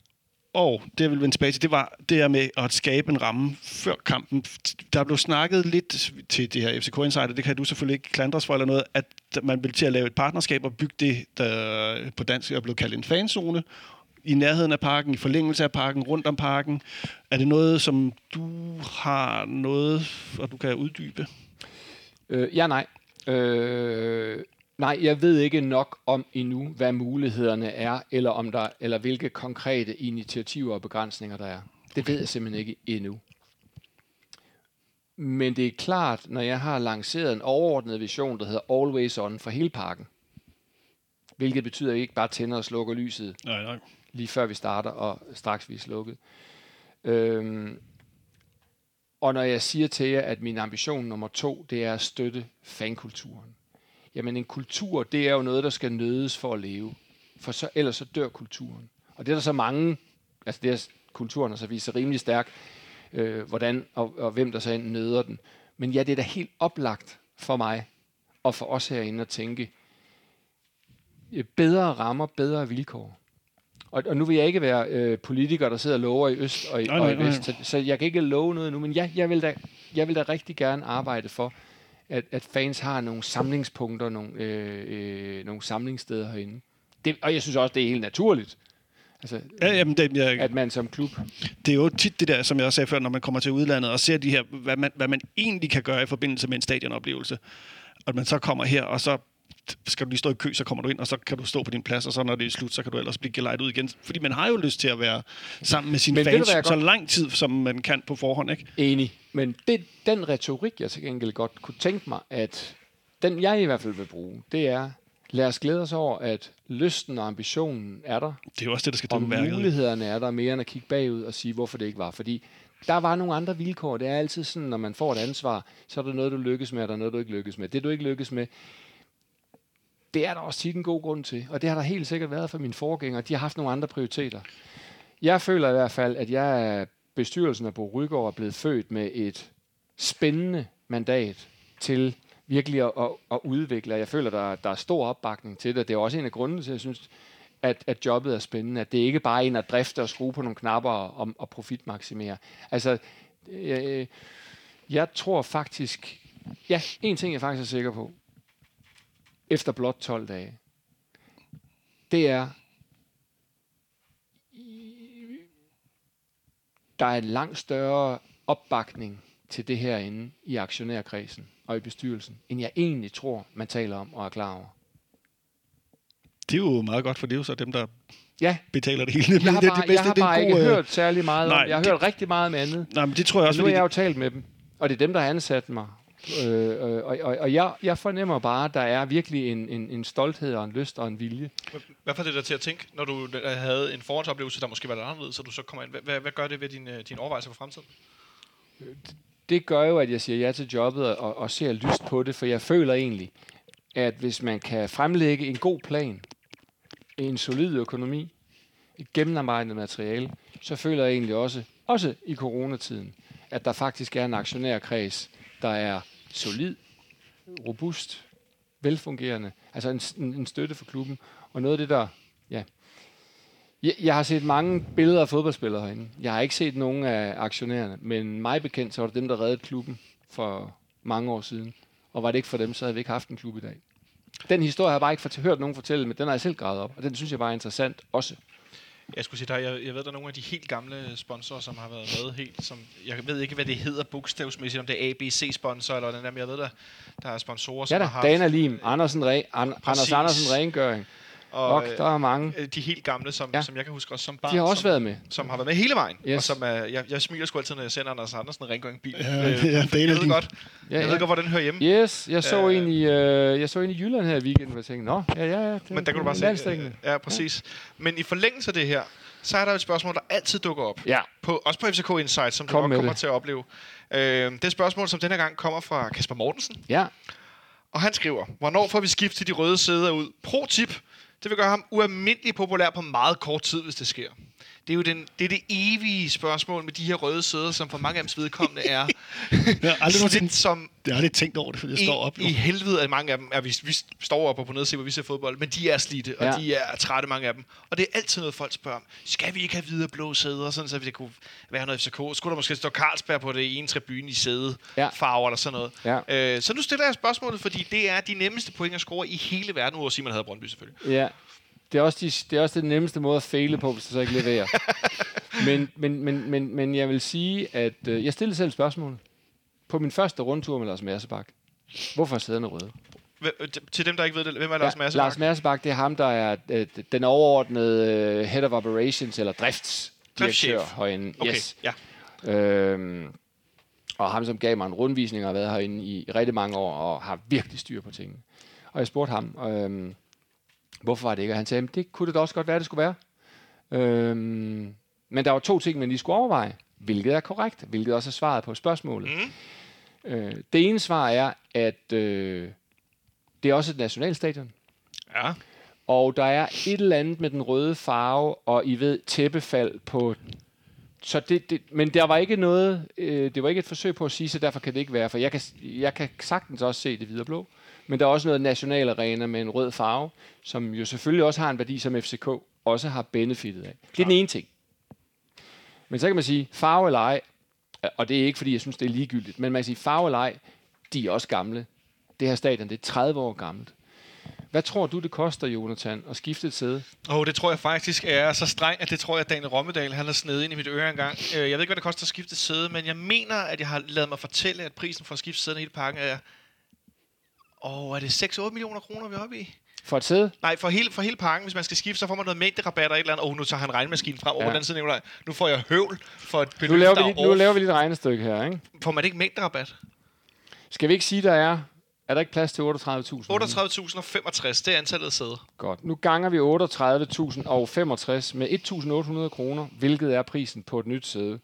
Og det, jeg vil vende tilbage til, det var det her med at skabe en ramme før kampen. Der blev snakket lidt til det her F C K Insider, det kan du selvfølgelig ikke klandres for eller noget, at man vil til at lave et partnerskab og bygge det, der på dansk er blevet kaldt en fanzone, i nærheden af parken, i forlængelse af parken, rundt om parken. Er det noget, som du har noget, og du kan uddybe? Øh, ja, nej. Øh, nej, jeg ved ikke nok om endnu, hvad mulighederne er, eller om der, eller hvilke konkrete initiativer og begrænsninger der er. Det okay. ved jeg simpelthen ikke endnu. Men det er klart, når jeg har lanceret en overordnet vision, der hedder Always On for hele parken, hvilket betyder ikke bare tænder og slukker lyset, Nej, nej. lige før vi starter, og straks vi er slukket. Øhm, og når jeg siger til jer, at min ambition nummer to, det er at støtte fankulturen. Jamen en kultur, det er jo noget, der skal nødes for at leve. For så, ellers så dør kulturen. Og det er der så mange, altså det er kulturen, og så viser rimelig stærkt, øh, hvordan og, og hvem der så end nøder den. Men ja, det er da helt oplagt for mig, og for os herinde at tænke, bedre rammer, bedre vilkår. Og, og nu vil jeg ikke være øh, politiker, der sidder og lover i øst og i, nej, og i vest, så, så jeg kan ikke love noget nu, men ja, jeg, vil da, jeg vil da rigtig gerne arbejde for, at, at fans har nogle samlingspunkter, nogle, øh, øh, nogle samlingssteder herinde. Det, og jeg synes også, det er helt naturligt. Altså, ja, jamen, det, jeg, at man som klub... Det er jo tit det der, som jeg også sagde før, når man kommer til udlandet og ser de her, hvad man, hvad man egentlig kan gøre i forbindelse med en stadionoplevelse. At man så kommer her, og så skal du lige stå i kø, så kommer du ind, og så kan du stå på din plads, og så når det er slut, så kan du ellers blive gelejt ud igen. Fordi man har jo lyst til at være sammen med sine fans så lang tid, som man kan på forhånd, ikke? Enig. Men det, den retorik, jeg til gengæld godt kunne tænke mig, at den jeg i hvert fald vil bruge, det er, lad os glæde os over, at lysten og ambitionen er der. Det er jo også det, der skal og drive værket. Mulighederne er der mere end at kigge bagud og sige, hvorfor det ikke var. Fordi der var nogle andre vilkår. Det er altid sådan, når man får et ansvar, så er der noget, du lykkes med, og der er noget, du ikke lykkes med. Det, du ikke lykkes med, det er der også tit en god grund til. Og det har der helt sikkert været for mine forgængere. De har haft nogle andre prioriteter. Jeg føler i hvert fald, at jeg bestyrelsen af Bo Rygaard er blevet født med et spændende mandat til virkelig at, at, at udvikle. Jeg føler, der, der er stor opbakning til det. Det er også en af grundene til, at jeg synes, at, at jobbet er spændende. At det ikke bare er en at drifte og skrue på nogle knapper og, og profitmaksimere. Altså, jeg, jeg tror faktisk... Ja, en ting jeg faktisk er sikker på, efter blot tolv dage, det er, der er en langt større opbakning til det herinde i aktionærkredsen og i bestyrelsen, end jeg egentlig tror, man taler om og er klar over. Det er jo meget godt, for det er jo så dem, der ja. betaler det hele. Jeg har det, bare, det bedste, jeg har det bare god, ikke øh... hørt særlig meget nej, om. Jeg har det... hørt rigtig meget om andet. Nej, men det tror jeg også, men nu har jeg jo det... talt med dem, og det er dem, der har ansat mig. Øh, øh, og og, og jeg, jeg fornemmer bare, at der er virkelig en, en, en stolthed og en lyst og en vilje. Hvad får det der til at tænke, når du havde en forhåndsoplevelse, der måske var lidt anderledes, så du så kommer ind? Hvad, hvad gør det ved dine din overvejelser for fremtiden? Det gør jo, at jeg siger ja til jobbet og, og ser lyst på det, for jeg føler egentlig, at hvis man kan fremlægge en god plan, en solid økonomi, et gennemarbejdet materiale, så føler jeg egentlig også, også i coronatiden, at der faktisk er en aktionærkreds, der er solid, robust, velfungerende, altså en, en støtte for klubben. Og noget af det, der... Ja. Jeg, jeg har set mange billeder af fodboldspillere herinde. Jeg har ikke set nogen af aktionærerne, men mig bekendt, så var det dem, der reddede klubben for mange år siden. Og var det ikke for dem, så havde vi ikke haft en klub i dag. Den historie har jeg bare ikke hørt nogen fortælle, men den har jeg selv gravet op, og den synes jeg bare er interessant også. Jeg skulle sige, der, jeg, jeg ved, der er nogle af de helt gamle sponsorer, som har været med helt, som, jeg ved ikke, hvad det hedder bogstavsmæssigt, om det er A B C-sponsor eller den der, men jeg ved, der, der er sponsorer, som ja, der, har haft... Dana Lim, Andersen Re, An, Anders Andersen Rengøring. Og nok, der er mange. De helt gamle, som, ja. som jeg kan huske også som barn. De har også som, været med. Som har været med hele vejen. Yes. Og som er, jeg, jeg smiler sgu altid, når jeg sender Anders Andersen en rengøringsbil. Ja, øh, ja, jeg ved godt, ja, jeg ja. ved godt, hvor den hører hjemme. Yes, jeg så, øh, en, i, øh, jeg så en i Jylland her i weekenden, hvor jeg tænkte, nå, ja, ja, ja. Det, men der kan du bare se. Øh, ja, præcis. Ja. Men i forlængelse af det her, så er der et spørgsmål, der altid dukker op. Ja. På, også på F C K Insight, som Kom du nok kommer det. til at opleve. Øh, det er et spørgsmål, som denne gang kommer fra Kasper Mortensen. Ja. Og han skriver, hvornår får vi skiftet de røde sæder ud? Pro tip. Det vil gøre ham ualmindeligt populær på meget kort tid, hvis det sker. det er jo den, det, er det evige spørgsmål med de her røde sæder, som for mange af dem vedkommende er. Jeg har aldrig Sådan, som jeg har aldrig tænkt over det, fordi jeg i, står op. I helvede at mange af dem, er, vi, vi står op og på nede og ser, hvor vi ser fodbold, men de er slidte, og Ja. de er trætte, mange af dem. Og det er altid noget, folk spørger om. Skal vi ikke have hvide og blå sæder, sådan så det kunne være noget F C K? Skulle der måske stå Carlsberg på det ene tribune i sædefarver Ja. eller sådan noget? Ja. Øh, så nu stiller jeg spørgsmålet, fordi det er de nemmeste point at score i hele verden, udover Simon havde Brøndby selvfølgelig. Ja. Det er, også de, det er også den nemmeste måde at fejle på, hvis du så ikke leverer. men, men, men, men, men jeg vil sige, at øh, jeg stillede selv spørgsmålet. På min første rundtur med Lars Mersebak. Hvorfor er sæderne røde? Til dem, der ikke ved det, hvem er Lars Mersebak? Lars Mersebak, det er ham, der er øh, den overordnede øh, Head of Operations, eller driftsdirektør Driftschef. herinde. Okay, Yes. ja. Øhm, og ham, som gav mig en rundvisning og har været herinde i rigtig mange år, og har virkelig styr på tingene. Og jeg spurgte ham, øhm, hvorfor var det ikke? Og han sagde, det kunne det da også godt være, det skulle være. Øhm, men der var to ting, man lige skulle overveje. Hvilket er korrekt, hvilket også er svaret på spørgsmålet. Mm. Øh, det ene svar er, at øh, det er også et nationalstadion. Ja. Og der er et eller andet med den røde farve, og I ved, tæppefald på... Så det, det, men der var ikke noget, øh, det var ikke et forsøg på at sige, så derfor kan det ikke være, for jeg kan, jeg kan sagtens også se det hvide og blå. Men der er også noget nationalarena med en rød farve, som jo selvfølgelig også har en værdi, som F C K også har benefitet af. Det er den ene ting. Men så kan man sige, farve eller ej, og det er ikke fordi, jeg synes, det er ligegyldigt, men man kan sige, farve eller ej, de er også gamle. Det her stadion, det er tredive år gammelt. Hvad tror du, det koster, Jonathan, at skifte et sæde? Åh, oh, det tror jeg faktisk er så streng, at det tror jeg, at Daniel Rommedal, han har snedet ind i mit øre engang. Jeg ved ikke, hvad det koster at skifte sæde, men jeg mener, at jeg har lavet mig fortælle, at prisen for at skifte sæden i hele pakken er... Åh, oh, er det seks til otte millioner kroner, vi er oppe i? For et sæde? Nej, for hele, for hele pakken, hvis man skal skifte, så får man noget mængderabat og et eller andet. Åh, oh, nu tager han regnmaskinen frem over Ja. på den side, Nikolaj. Nu får jeg høvl for et beløb, Nu laver, der vi er lige, nu off. laver vi lige et regnestykke her, ikke? Får man ikke mængderabat? Skal vi ikke sige, der er... Er der ikke plads til otteogtredive tusind? otteogtredive tusind og femogtres, det er antallet af sæder. Godt. Nu ganger vi otteogtredive tusind og femogtres med et tusind otte hundrede kroner, hvilket er prisen på et nyt sæde.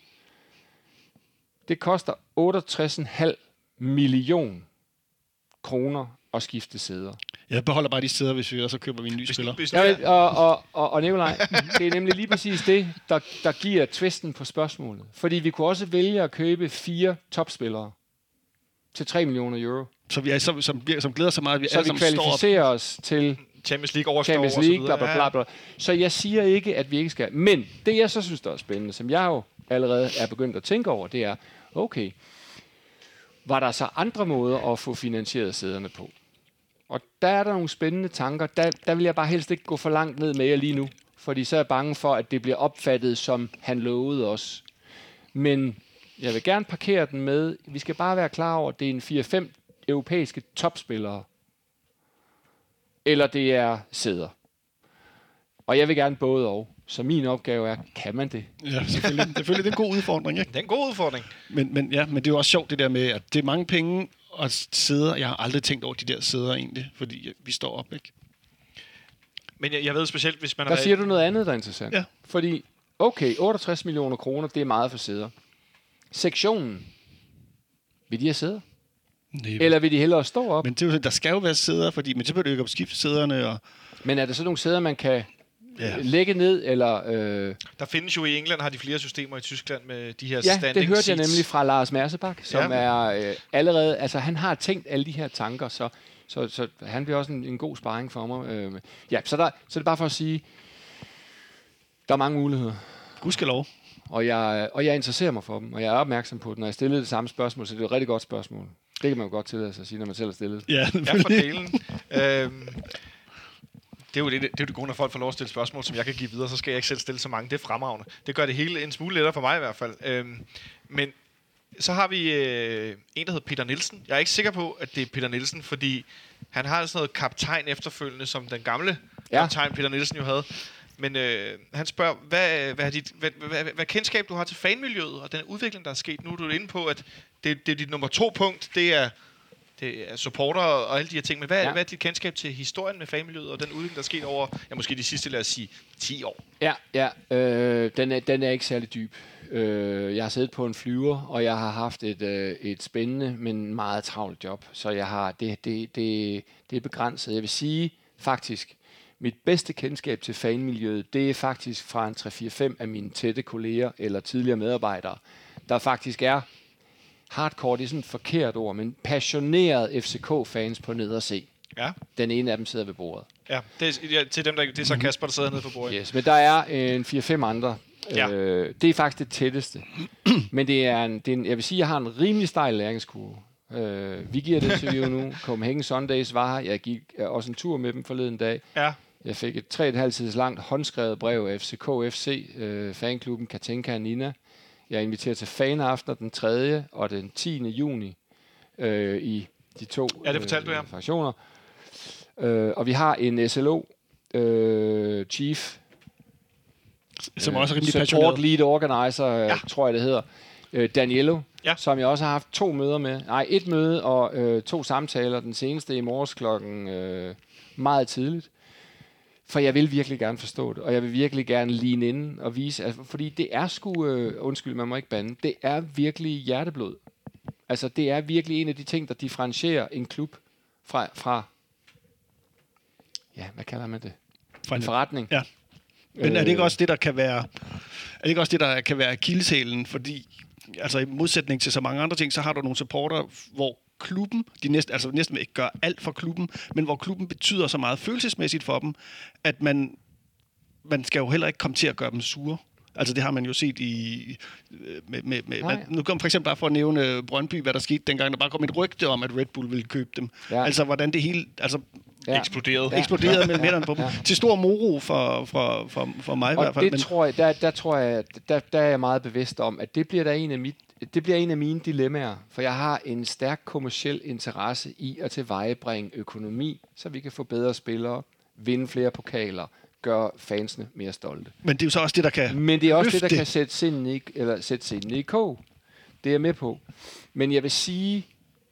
Det koster otteogtres komma fem million kroner at skifte sæder. Jeg beholder bare de steder, hvis vi også køber mine nye Hvis, spillere. hvis, Jeg ved, og, og, og, og Nikolaj, det er nemlig lige præcis det, der, der giver twisten på spørgsmålet. Fordi vi kunne også vælge at købe fire topspillere til tre millioner euro. Så vi er, som, som, som glæder så meget, at vi Så alle vi sammen står op. kvalificerer os til Champions League overstår Champions og så League, bla videre. bla bla bla. Så jeg siger ikke, at vi ikke skal. Men det, jeg så synes, der er spændende, som jeg jo allerede er begyndt at tænke over, det er, okay, var der så andre måder at få finansieret sæderne på? Og der er der nogle spændende tanker. Der, der vil jeg bare helst ikke gå for langt ned med jer lige nu, fordi så er jeg bange for, at det bliver opfattet, som han lovede os. Men jeg vil gerne parkere den med, vi skal bare være klar over, at det er en fire fem europæiske topspillere, eller det er sæder. Og jeg vil gerne både og. Så min opgave er, kan man det? Ja, selvfølgelig. selvfølgelig. Det er en god udfordring, ikke? Det er en god udfordring. Men, men, ja, men det er jo også sjovt det der med, at det er mange penge og sæder. Jeg har aldrig tænkt over de der sæder egentlig, fordi vi står op, ikke? Men jeg, jeg ved specielt, hvis man Der har... siger du noget andet, der er interessant. Ja. Fordi, okay, otteogtres millioner kroner, det er meget for sæder. Sektionen, vil de have sæder? Nej, Eller vil de hellere stå op? Men, men det er jo, der skal jo være sæder, fordi, men så bliver det jo ikke opskifte sæderne. Og, men er der så nogle sæder, man kan ja. lægge ned, eller... Øh, Der findes jo i England, har de flere systemer i Tyskland med de her ja, standing det hørte jeg seats. nemlig fra Lars Mersebak, som Ja. er øh, allerede... Altså, han har tænkt alle de her tanker, så, så, så han bliver også en, en god sparring for mig. Øh, ja, så, der, så er det bare for at sige, der er mange muligheder. Gudskelov. Og jeg, og jeg interesserer mig for dem, og jeg er opmærksom på det, når jeg stillede det samme spørgsmål, så det er et rigtig godt spørgsmål. Det kan man jo godt tillade sig at sige, når man selv har stillet det. Ja, Ja, for delen. øhm, det er jo det, det, er jo det gode, når folk får lov at stille spørgsmål, som jeg kan give videre, så skal jeg ikke selv stille så mange. Det er fremragende. Det gør det hele en smule lettere for mig i hvert fald. Øhm, men så har vi øh, en, der hedder Peter Nielsen. Jeg er ikke sikker på, at det er Peter Nielsen, fordi han har sådan noget kaptajn efterfølgende, som den gamle Ja. kaptajn Peter Nielsen jo havde. Men øh, han spørger, hvad, hvad, er dit, hvad, hvad, hvad, hvad kendskab du har til fanmiljøet og den udvikling, der er sket. Nu er du inde på, at det, det er dit nummer to punkt, det er, det er supporter og alle de her ting. Men hvad, Ja. hvad er dit kendskab til historien med fanmiljøet og den udvikling, der er sket over, ja, måske de sidste, lad os sige, ti år? Ja, ja øh, den, er, den er ikke særlig dyb. Øh, jeg har siddet på en flyver, og jeg har haft et, øh, et spændende, men meget travlt job. Så jeg har det, det, det, det er begrænset. Jeg vil sige faktisk, Mit bedste kendskab til fanmiljøet, det er faktisk fra en tre fire fem af mine tætte kolleger eller tidligere medarbejdere, der faktisk er hardcore, det er sådan et forkert ord, men passionerede F C K-fans på ned og se. Ja. Den ene af dem sidder ved bordet. Ja, det er, ja, til dem, der, det er så Kasper, der sidder nede på bordet. Yes, men der er en fire fem andre. Ja. Øh, det er faktisk det tætteste. Men det er, en, det er en, jeg vil sige, jeg har en rimelig stejl læringskurve. Øh, vi giver det interview nu. Copenhagen Sundays var her. Jeg gik også en tur med dem forleden dag. Ja. Jeg fik et tre og en halv sides langt håndskrevet brev af F C K F C, øh, fanklubben Katinka og Nina. Jeg er inviteret til fanaftener den tredje og den tiende juni øh, i de to Ja, det fortalte øh, du, ja. fraktioner. Øh, og vi har en S L O øh, chief, Som også er rimelig support passioneret. lead organizer, ja. Ja. tror jeg det hedder, øh, Daniello, Ja. som jeg også har haft to møder med. Nej, et møde og øh, to samtaler. Den seneste i morges klokken øh, meget tidligt. For jeg vil virkelig gerne forstå det, og jeg vil virkelig gerne ligne inden og vise, altså, fordi det er sgu, øh, undskyld, man må ikke bande, det er virkelig hjerteblod. Altså, det er virkelig en af de ting, der differentierer en klub fra, fra ja, hvad kalder man det? Fra En en- forretning. Ja. Men er det ikke også det, der kan være, er det ikke også det, der kan være akilleshælen? Fordi, altså i modsætning til så mange andre ting, så har du nogle supporter, hvor klubben, de næsten, altså næsten ikke gør alt for klubben, men hvor klubben betyder så meget følelsesmæssigt for dem, at man, man skal jo heller ikke komme til at gøre dem sure. Altså det har man jo set i med, med, med Nej. man, nu kom for eksempel bare for at nævne Brøndby, hvad der skete dengang, der bare kom et rygte om, at Red Bull ville købe dem. Ja. Altså hvordan det hele altså Ja. Eksploderet. Ja. eksploderede mellem hænderne på dem. Ja. Til stor moro for, for, for, for mig i Og hvert fald. det Men, tror jeg, der, der tror jeg, der, der er jeg meget bevidst om, at det bliver der en af mit, det bliver en af mine dilemmaer, for jeg har en stærk kommerciel interesse i at tilvejebringe økonomi, så vi kan få bedre spillere, vinde flere pokaler, gøre fansene mere stolte. men det er jo så også det, der kan Men det er også løfte. det, der kan sætte sindene i, eller sætte sindene i kog. Det er jeg med på. Men jeg vil sige,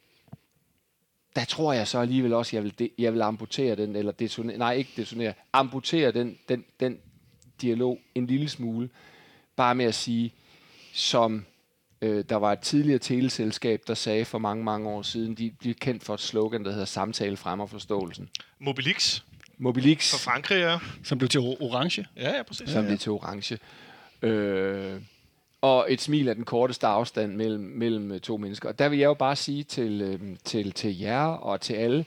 der tror jeg så alligevel også, jeg vil, de, jeg vil amputere den, eller detonere, nej, ikke detonere, amputere den, den, den dialog en lille smule, bare med at sige, som øh, der var et tidligere teleselskab, der sagde for mange, mange år siden, de blev kendt for et slogan, der hedder samtale frem og forståelsen. Mobilix Mobilix, fra Frankrig, ja. Som blev til orange. Ja, ja, præcis. som det til orange. Øh, og et smil er den korteste afstand mellem, mellem to mennesker. Og der vil jeg jo bare sige til, øh, til, til jer og til alle,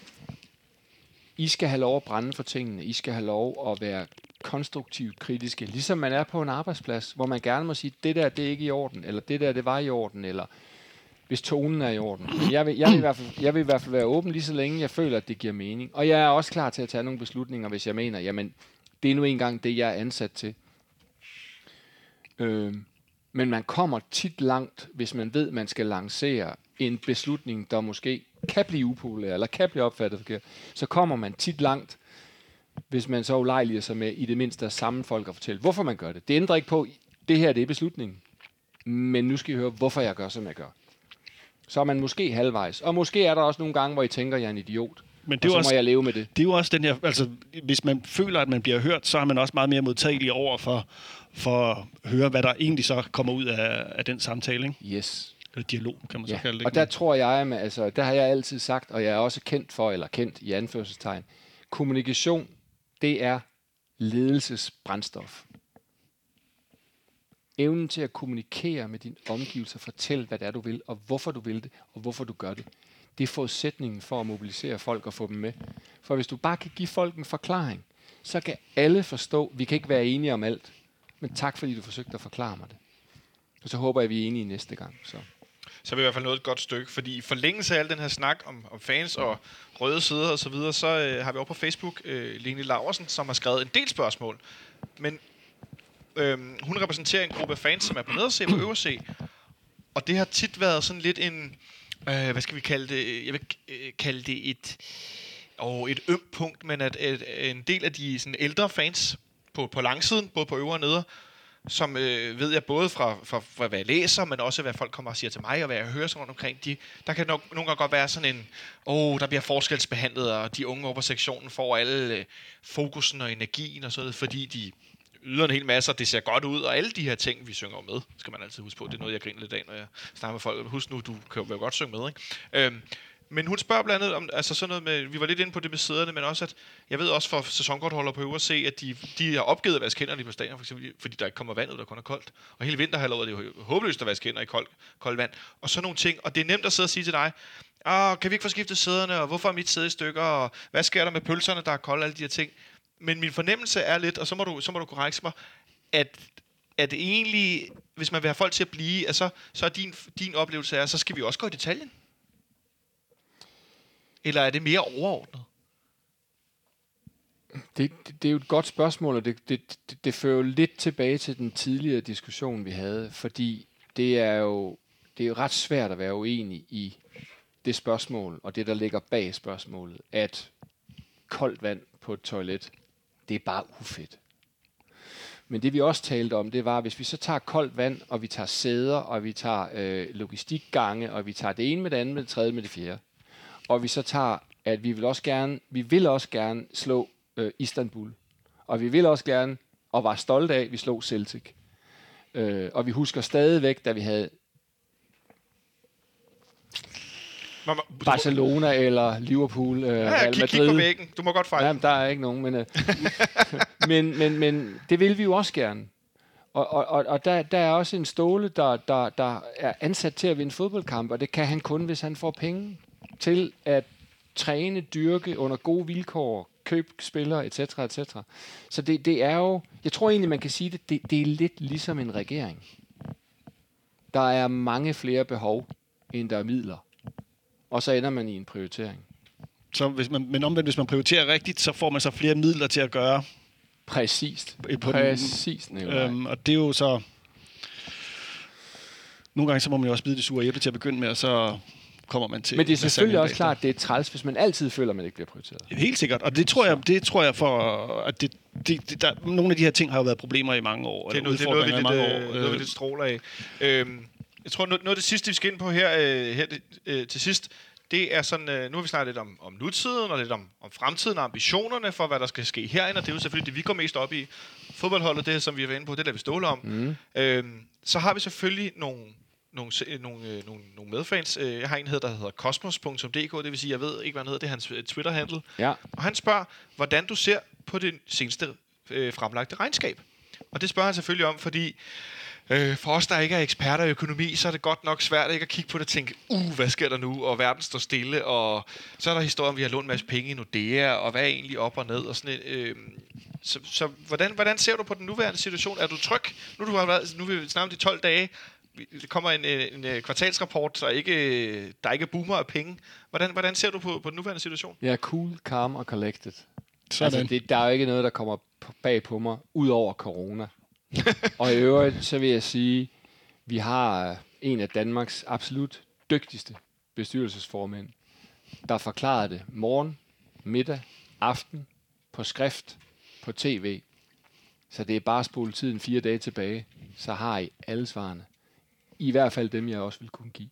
I skal have lov at brænde for tingene. I skal have lov at være konstruktivt kritiske, ligesom man er på en arbejdsplads, hvor man gerne må sige, det der, det er ikke i orden, eller det der, det var i orden, eller hvis tonen er i orden. Men jeg vil, jeg, vil i hvert fald, jeg vil i hvert fald være åben lige så længe, jeg føler, at det giver mening. Og jeg er også klar til at tage nogle beslutninger, hvis jeg mener, jamen, det er nu engang det, jeg er ansat til. Øh, men man kommer tit langt, hvis man ved, man skal lancere en beslutning, der måske kan blive upopulær, eller kan blive opfattet forkert. Så kommer man tit langt, hvis man så ulejliger sig med i det mindste at samle folk og fortælle, hvorfor man gør det. Det ændrer ikke på, det her det er beslutningen. Men nu skal I høre, hvorfor jeg gør, som jeg gør. Så er man måske halvvejs. Og måske er der også nogle gange, hvor I tænker, jeg er en idiot. Men det Og er så jo også må jeg leve med det. det er jo også den her, altså hvis man føler, at man bliver hørt, så er man også meget mere modtagelig over for, for at høre, hvad der egentlig så kommer ud af, af den samtale, ikke? Yes. Eller dialog, kan man så Ja. kalde det. Og der tror jeg, med, altså, der har jeg altid sagt, og jeg er også kendt for, eller kendt i anførselstegn, kommunikation, det er ledelsesbrændstof. Evnen til at kommunikere med dine omgivelser, fortæl, hvad det er, du vil, og hvorfor du vil det, og hvorfor du gør det. Det er forudsætningen for at mobilisere folk og få dem med. For hvis du bare kan give folk en forklaring, så kan alle forstå, vi kan ikke være enige om alt, men tak fordi du forsøgte at forklare mig det. Og så håber jeg, vi er enige næste gang. Så. Så er vi i hvert fald nået et godt stykke, fordi i forlængelse af al den her snak om, om fans og røde sider og så videre, så øh, har vi over på Facebook øh, Lene Laursen, som har skrevet en del spørgsmål. Men øh, hun repræsenterer en gruppe fans, som er på nederse og på øverse, og det har tit været sådan lidt en, øh, hvad skal vi kalde det, jeg vil øh, kalde det et, og et ømt punkt, men at, at, at en del af de sådan, ældre fans på, på langsiden, både på øvre og neder, som øh, ved jeg både fra, fra, fra, hvad jeg læser, men også hvad folk kommer og siger til mig, og hvad jeg hører sådan rundt omkring, de, der kan nok, nogle gange godt være sådan en, åh, oh, der bliver forskelsbehandlet, og de unge over på sektionen får alle øh, fokusen og energien og sådan noget, fordi de yder en hel masse, og det ser godt ud, og alle de her ting, vi synger med, skal man altid huske på. Det er noget, jeg griner lidt af, når jeg snakker med folk. Husk nu, du kan jo godt synge med, ikke? Øhm, Men hun spørger blandt andet om, altså sådan noget med, vi var lidt inde på det med sæderne, men også at, jeg ved også for sæsonkortholder på øvrigt se, at de, de har opgivet at vaske hænderne på stadion, for eksempel, fordi der ikke kommer vand ud, der kun er koldt. Og hele vinterhalvåret er det jo håbløst at vaske hænder i koldt, koldt vand. Og sådan nogle ting. Og det er nemt at sidde og sige til dig, ah, kan vi ikke få skiftet sæderne, og hvorfor er mit sæde i stykker, og hvad sker der med pølserne, der er kolde, alle de her ting. Men min fornemmelse er lidt, og så må du, så må du korrekse mig, at at egentlig, hvis man vil have folk til at blive, altså, så er din, din oplevelse er, så skal vi også gå i detaljen. Eller er det mere overordnet? Det, det, det er jo et godt spørgsmål, og det, det, det, det fører jo lidt tilbage til den tidligere diskussion, vi havde, fordi det er jo, det er jo ret svært at være uenig i det spørgsmål, og det, der ligger bag spørgsmålet, at koldt vand på et toilet, det er bare ufedt. Men det vi også talte om, det var, hvis vi så tager koldt vand, og vi tager sæder, og vi tager øh, logistikgange, og vi tager det ene med det andet, med det tredje med det fjerde, og vi så tager, at vi vil også gerne, vi vil også gerne slå øh, Istanbul, og vi vil også gerne, og var stolte af, at vi slog Celtic. Øh, og vi husker stadigvæk, da vi havde Mama, Barcelona eller Liverpool, øh, ja, Real Madrid. Madrid. Kig på væggen. Du må godt fejle. Ja, der er ikke nogen, men, øh, men, men, men det vil vi jo også gerne. Og, og, og, og der, der er også en Ståle, der, der, der er ansat til at vinde fodboldkamp, og det kan han kun, hvis han får penge til at træne, dyrke under gode vilkår, købe spillere, et cetera et cetera. Så det, det er jo, jeg tror egentlig, man kan sige det, det, det er lidt ligesom en regering. Der er mange flere behov, end der er midler. Og så ender man i en prioritering. Så hvis man, men omvendt, hvis man prioriterer rigtigt, så får man så flere midler til at gøre. Præcist. På Præcist. Den, øhm, og det er jo så... Nogle gange så må man jo også bide det sure æble til at begynde med, og så kommer man til... Men det er selvfølgelig også klart, at det er træls, hvis man altid føler, at man ikke bliver prioriteret. Helt sikkert. Og det tror jeg, det tror jeg for... At det, det, det, der, nogle af de her ting har jo været problemer i mange år. Det er noget, det er noget, vi lidt, mange år. noget, vi lidt stråler af. Øhm, jeg tror, noget, noget af det sidste, vi skal ind på her, øh, her øh, til sidst, det er sådan, øh, nu har vi snakket lidt om, om nutiden, og lidt om, om fremtiden og ambitionerne for, hvad der skal ske herinde, og det er jo selvfølgelig det, vi går mest op i. Fodboldholdet, det som vi har været inde på, det lader vi ståle om. Mm. Øhm, så har vi selvfølgelig nogle, nogle, nogle, øh, nogle, nogle medfans. Jeg har en, der hedder kosmos punktum d k, det vil sige, jeg ved ikke, hvad han hedder, det er hans Twitter-handle. Ja. Og han spørger, hvordan du ser på det seneste øh, fremlagte regnskab. Og det spørger han selvfølgelig om, fordi Øh, for os, der ikke er eksperter i økonomi, så er det godt nok svært ikke at kigge på det og tænke, uh, hvad sker der nu, og verden står stille, og så er der historien, vi har lånt en masse penge i Nordea, og hvad er egentlig op og ned, og sådan øh, så, så hvordan, hvordan ser du på den nuværende situation? Er du tryg? Nu, du har været, nu er vi snart om de tolv dage, der kommer en, en, en kvartalsrapport, så ikke, der ikke boomer af penge. Hvordan, hvordan ser du på, på den nuværende situation? Jeg er cool, calm og collected. Sådan. Altså, det, der er jo ikke noget, der kommer bag på mig, ud over corona. Og i øvrigt, så vil jeg sige, vi har en af Danmarks absolut dygtigste bestyrelsesformænd, der forklarede det morgen, middag, aften, på skrift, på tv. Så det er bare at spole tiden fire dage tilbage, så har I alle svarene. I hvert fald dem, jeg også vil kunne give.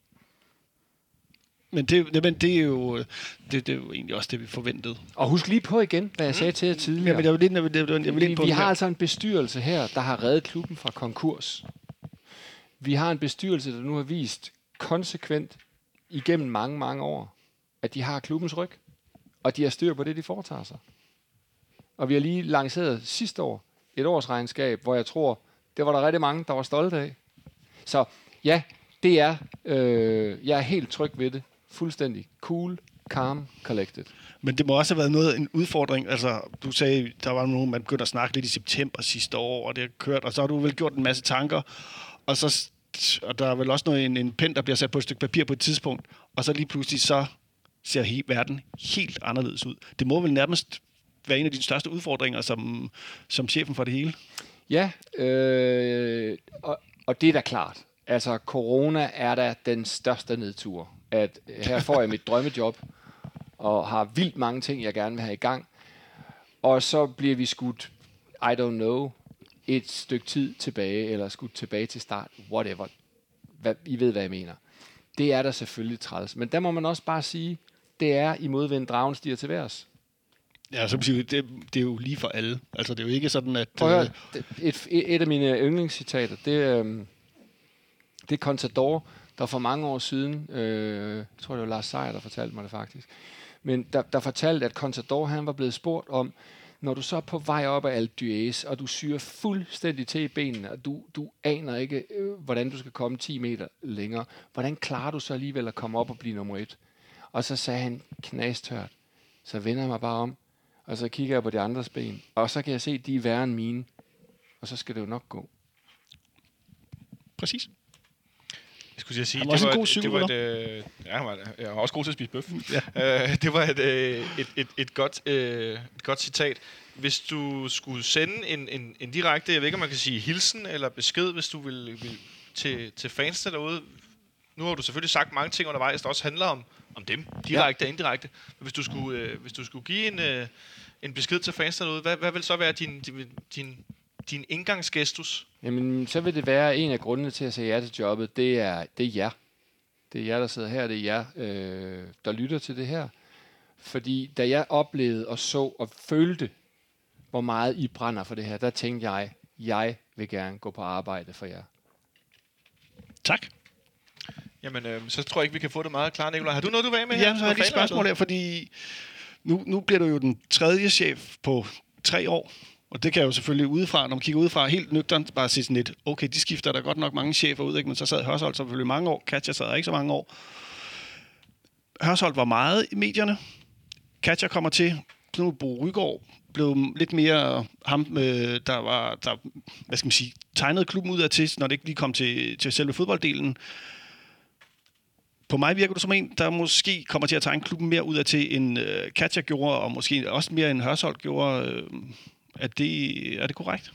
Men det, men det, er jo, det, det er jo egentlig også det, vi forventede. Og husk lige på igen, hvad jeg sagde til jer tidligere. Ja, men jeg vil lige, jeg vil, jeg vil vi, på vi har altså en bestyrelse her, der har reddet klubben fra konkurs. Vi har en bestyrelse, der nu har vist konsekvent igennem mange, mange år, at de har klubbens ryg, og de har styr på det, de foretager sig. Og vi har lige lanceret sidste år et årsregnskab, hvor jeg tror, det var der rigtig mange, der var stolte af. Så ja, det er, øh, jeg er helt tryg ved det. Fuldstændig cool, calm, collected. Men det må også have været noget en udfordring. Altså, du sagde, der var nogen, man begyndte at snakke lidt i september sidste år, og det har kørt, og så har du vel gjort en masse tanker, og så og der er vel også noget, en, en pen, der bliver sat på et stykke papir på et tidspunkt, og så lige pludselig så ser he- verden helt anderledes ud. Det må vel nærmest være en af de største udfordringer som, som chefen for det hele. Ja, øh, og, og det er da klart. Altså, corona er da den største nedtur. At her får jeg mit drømmejob, og har vildt mange ting, jeg gerne vil have i gang. Og så bliver vi skudt, I don't know, et stykke tid tilbage, eller skudt tilbage til start, whatever. Hvad, I ved, hvad jeg mener. Det er da selvfølgelig træls. Men der må man også bare sige, det er i modvind, dragen stiger til værs. Ja, så det, det er jo lige for alle. Altså, det er jo ikke sådan, at... Prøv at høre, et, et af mine yndlingscitater, det, øhm, det er Contador, der for mange år siden, øh, jeg tror det var Lars Seier, der fortalte mig det faktisk, men der, der fortalte, at Contador, han var blevet spurgt om, når du så er på vej op af Alpe d'Huez, og du syrer fuldstændig til i benene, og du, du aner ikke, øh, hvordan du skal komme ti meter længere, hvordan klarer du så alligevel at komme op og blive nummer et? Og så sagde han knastørt, så vender jeg mig bare om, og så kigger jeg på de andres ben, og så kan jeg se, at de er værre end mine, og så skal det jo nok gå. Præcis. Jeg skulle sige, han det var også var, en god et, det cykelrytter. var et, øh, ja, han var, jeg var også god til at spise bøf. Ja. Øh, det var et, øh, et, et, et, godt, øh, et godt citat. Hvis du skulle sende en, en, en direkte, jeg ved ikke, om man kan sige hilsen eller besked, hvis du vil, vil til, til fansene derude. Nu har du selvfølgelig sagt mange ting undervejs, der også handler om, om dem, direkte ja. og indirekte. Men hvis du skulle, øh, hvis du skulle give en, øh, en besked til fansene derude, hvad, hvad vil så være din, din, din, din indgangsgestus? Jamen, så vil det være en af grundene til at sige ja til jobbet, det er, det er jer. Det er jer, der sidder her, det er jer, øh, der lytter til det her. Fordi da jeg oplevede og så og følte, hvor meget I brænder for det her, der tænkte jeg, jeg vil gerne gå på arbejde for jer. Tak. Jamen, øh, så tror jeg ikke, vi kan få det meget klart, Nikolaj. Har du noget, du vil af med her? Ja, så har jeg lige et spørgsmål her, fordi nu, nu bliver du jo den tredje chef på tre år. Og det kan jeg jo selvfølgelig udefra, når man kigger udefra, helt nøgternt bare sige sådan lidt, okay, de skifter der godt nok mange chefer ud, ikke? Men så sad Hørsholt selvfølgelig mange år, Katja sad ikke så mange år. Hørsholt var meget i medierne. Katja kommer til, nu Bo Rygaard blev lidt mere ham, øh, der var, der, hvad skal man sige, tegnede klubben ud af til, når det ikke lige kom til, til selve fodbolddelen. På mig virker du som en, der måske kommer til at tegne klubben mere ud af til, end øh, Katja gjorde, og måske også mere end Hørsholt gjorde. Øh, er, det, er det korrekt?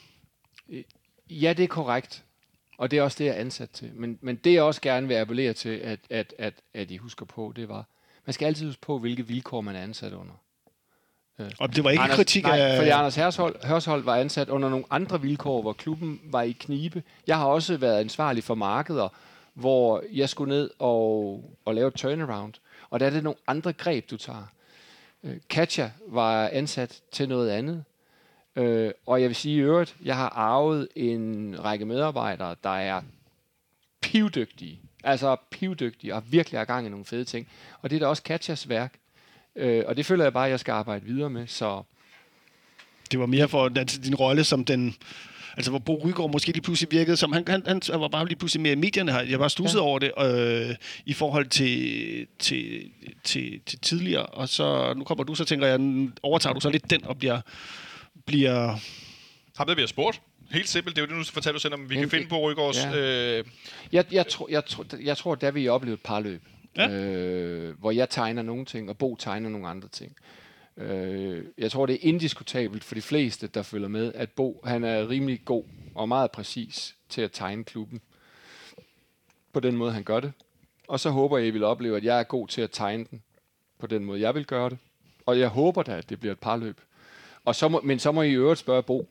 Ja, det er korrekt. Og det er også det, jeg er ansat til. Men, men det, jeg også gerne vil appellere til, at, at, at, at I husker på, det var, man skal altid huske på, hvilke vilkår man er ansat under. Øh. Og det var ikke Anders, kritik nej, af... fordi Anders Hørsholt, Hørsholt var ansat under nogle andre vilkår, hvor klubben var i knibe. Jeg har også været ansvarlig for markeder, hvor jeg skulle ned og, og lave et turnaround. Og der er det nogle andre greb, du tager. Øh, Katja var ansat til noget andet. Øh, og jeg vil sige i øvrigt, jeg har arvet en række medarbejdere, der er pivdygtige. Altså pivdygtige og virkelig har gang i nogle fede ting. Og det er da også Katjas værk. Øh, og det føler jeg bare, at jeg skal arbejde videre med. Så Det var mere for altså, din rolle som den... Altså, hvor Bo Rygaard måske lige pludselig virkede som... Han, han, han var bare lige pludselig mere i medierne her. Jeg var stusset ja. over det øh, i forhold til, til, til, til tidligere. Og så nu kommer du, så tænker jeg, overtager du så lidt den og bliver... bliver Ham, der bliver spurgt. Helt simpelt. Det er jo det, nu fortæller du selv, om vi kan finde på Rygaards... Ja. Øh... Jeg, jeg, tro, jeg, tro, jeg tror, der vil I opleve et parløb. Ja. Øh, hvor jeg tegner nogle ting, og Bo tegner nogle andre ting. Øh, jeg tror, det er indiskutabelt for de fleste, der følger med, at Bo han er rimelig god og meget præcis til at tegne klubben. På den måde, han gør det. Og så håber jeg, I vil opleve, at jeg er god til at tegne den på den måde, jeg vil gøre det. Og jeg håber da, at det bliver et parløb. Og så må, men så må I i øvrigt spørge Bo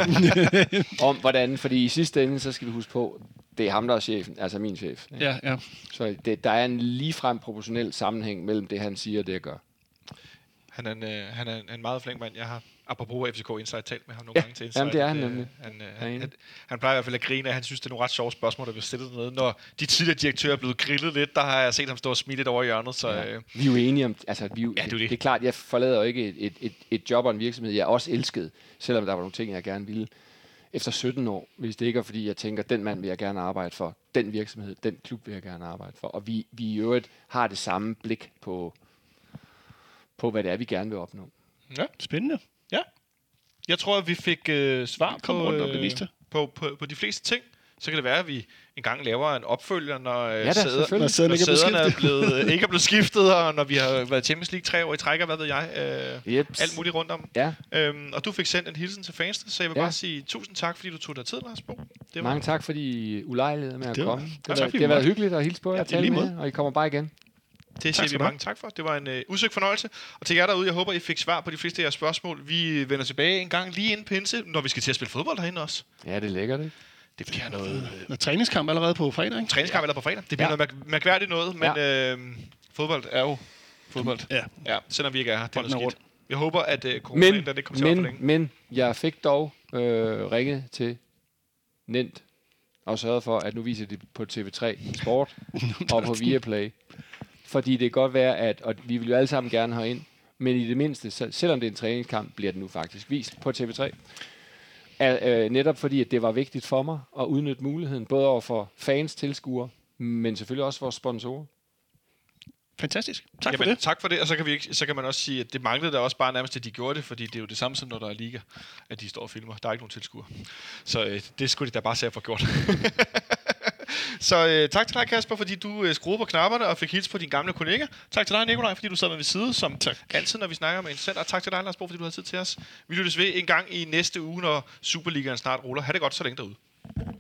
om hvordan, fordi i sidste ende, så skal vi huske på, det er ham, der er chefen, altså min chef. Ikke? ja, ja. Så det, der er en ligefrem proportionel sammenhæng mellem det, han siger og det, jeg gør. Han er en, øh, han er en meget flink mand. Jeg har, apropos F C K Insight, talt med ham nogle Ja, gange til Insight. jamen, det er han Øh, nemlig. Han, øh, Han er han, enig. han, han plejer i hvert fald at grine, at han synes, det er nogle ret sjove spørgsmål, der bliver stillet dernede. Når de tidligere direktører er blevet grillet lidt, der har jeg set ham stå og smile lidt over i hjørnet. Så, Ja. øh, Vi er jo enige om, altså vi er jo, Ja, det er det, det. det er klart, jeg forlader jo ikke et, et, et, et job og en virksomhed, jeg også elskede, selvom der var nogle ting, jeg gerne ville. Efter sytten år, hvis det ikke er, fordi jeg tænker, den mand vil jeg gerne arbejde for, den virksomhed, den klub vil jeg gerne arbejde for. Og vi, vi i øvrigt har det samme blik på, på, hvad det er, vi gerne vil opnå. ja. Spændende. Ja. Jeg tror, at vi fik øh, svar Kom på, rundt om det øh, meste. på, på, på de fleste ting. Så kan det være, at vi en gang laver en opfølger, når, øh, Ja da, sæder, selvfølgelig. Når sæderne når ikke er blevet sæderne er skiftet. blevet, ikke er blevet skiftet, og når vi har været i Champions League tre år i træk, og hvad ved jeg. Øh, Jeps. alt muligt rundt om. Ja, Øhm, og du fik sendt en hilsen til fansene, så jeg vil Ja. bare sige tusind tak, fordi du tog dig tid, Lars Bo. Det var mange tak, fordi I ulejlighed med at Det var- komme. det Det, var har, tak, været- fordi det har vi været måtte. hyggeligt at hilse på jer Ja, og i tale lige med måde. jer, og I kommer bare igen. Det siger skal vi du have. mange tak for. Det var en øh, udsøgt fornøjelse. Og til jer derude, jeg håber, I fik svar på de fleste af jeres spørgsmål. Vi vender tilbage en gang lige inden pinse, når vi skal til at spille fodbold herinde også. Ja, det er lækkert, ikke? Det bliver noget... Øh, Når træningskamp allerede på fredag, ikke? træningskamp eller på fredag. Det bliver Ja. noget mærk- mærkværdigt noget, men øh, fodbold er jo fodbold. Ja. Ja, selvom vi ikke er her. Det er Bolden er noget rundt. skidt. Jeg håber, at øh, coronaen, Men, den ikke kommer til at men, forlænge. men, jeg fik dog øh, ringet til Nent og sørget for, at nu viser det på T V tre Sport og på Viaplay. Fordi det kan godt være, at og vi vil jo alle sammen gerne have ind, men i det mindste, selvom det er en træningskamp, bliver den nu faktisk vist på T V tre. Er, øh, netop fordi, at det var vigtigt for mig at udnytte muligheden, både over for fans, tilskuere, men selvfølgelig også vores sponsorer. Fantastisk. Tak Jamen, for det. Tak for det, og så kan, vi ikke, så kan man også sige, at det manglede der også bare nærmest, at de gjorde det, fordi det er jo det samme som når der er liga, at de står og filmer. Der er ikke nogen tilskuere. Så øh, det skulle de da bare se at få gjort. Så øh, tak til dig, Kasper, fordi du øh, skruede på knapperne og fik hils på dine gamle kollega. Tak til dig, Nikolaj, fordi du sad med ved side, som tak. altid, når vi snakker med en selv. Og tak til dig, Lars Bo, fordi du havde tid til os. Vi lyttes ved en gang i næste uge, når Superligaen snart ruller. Ha' det godt så længe derude.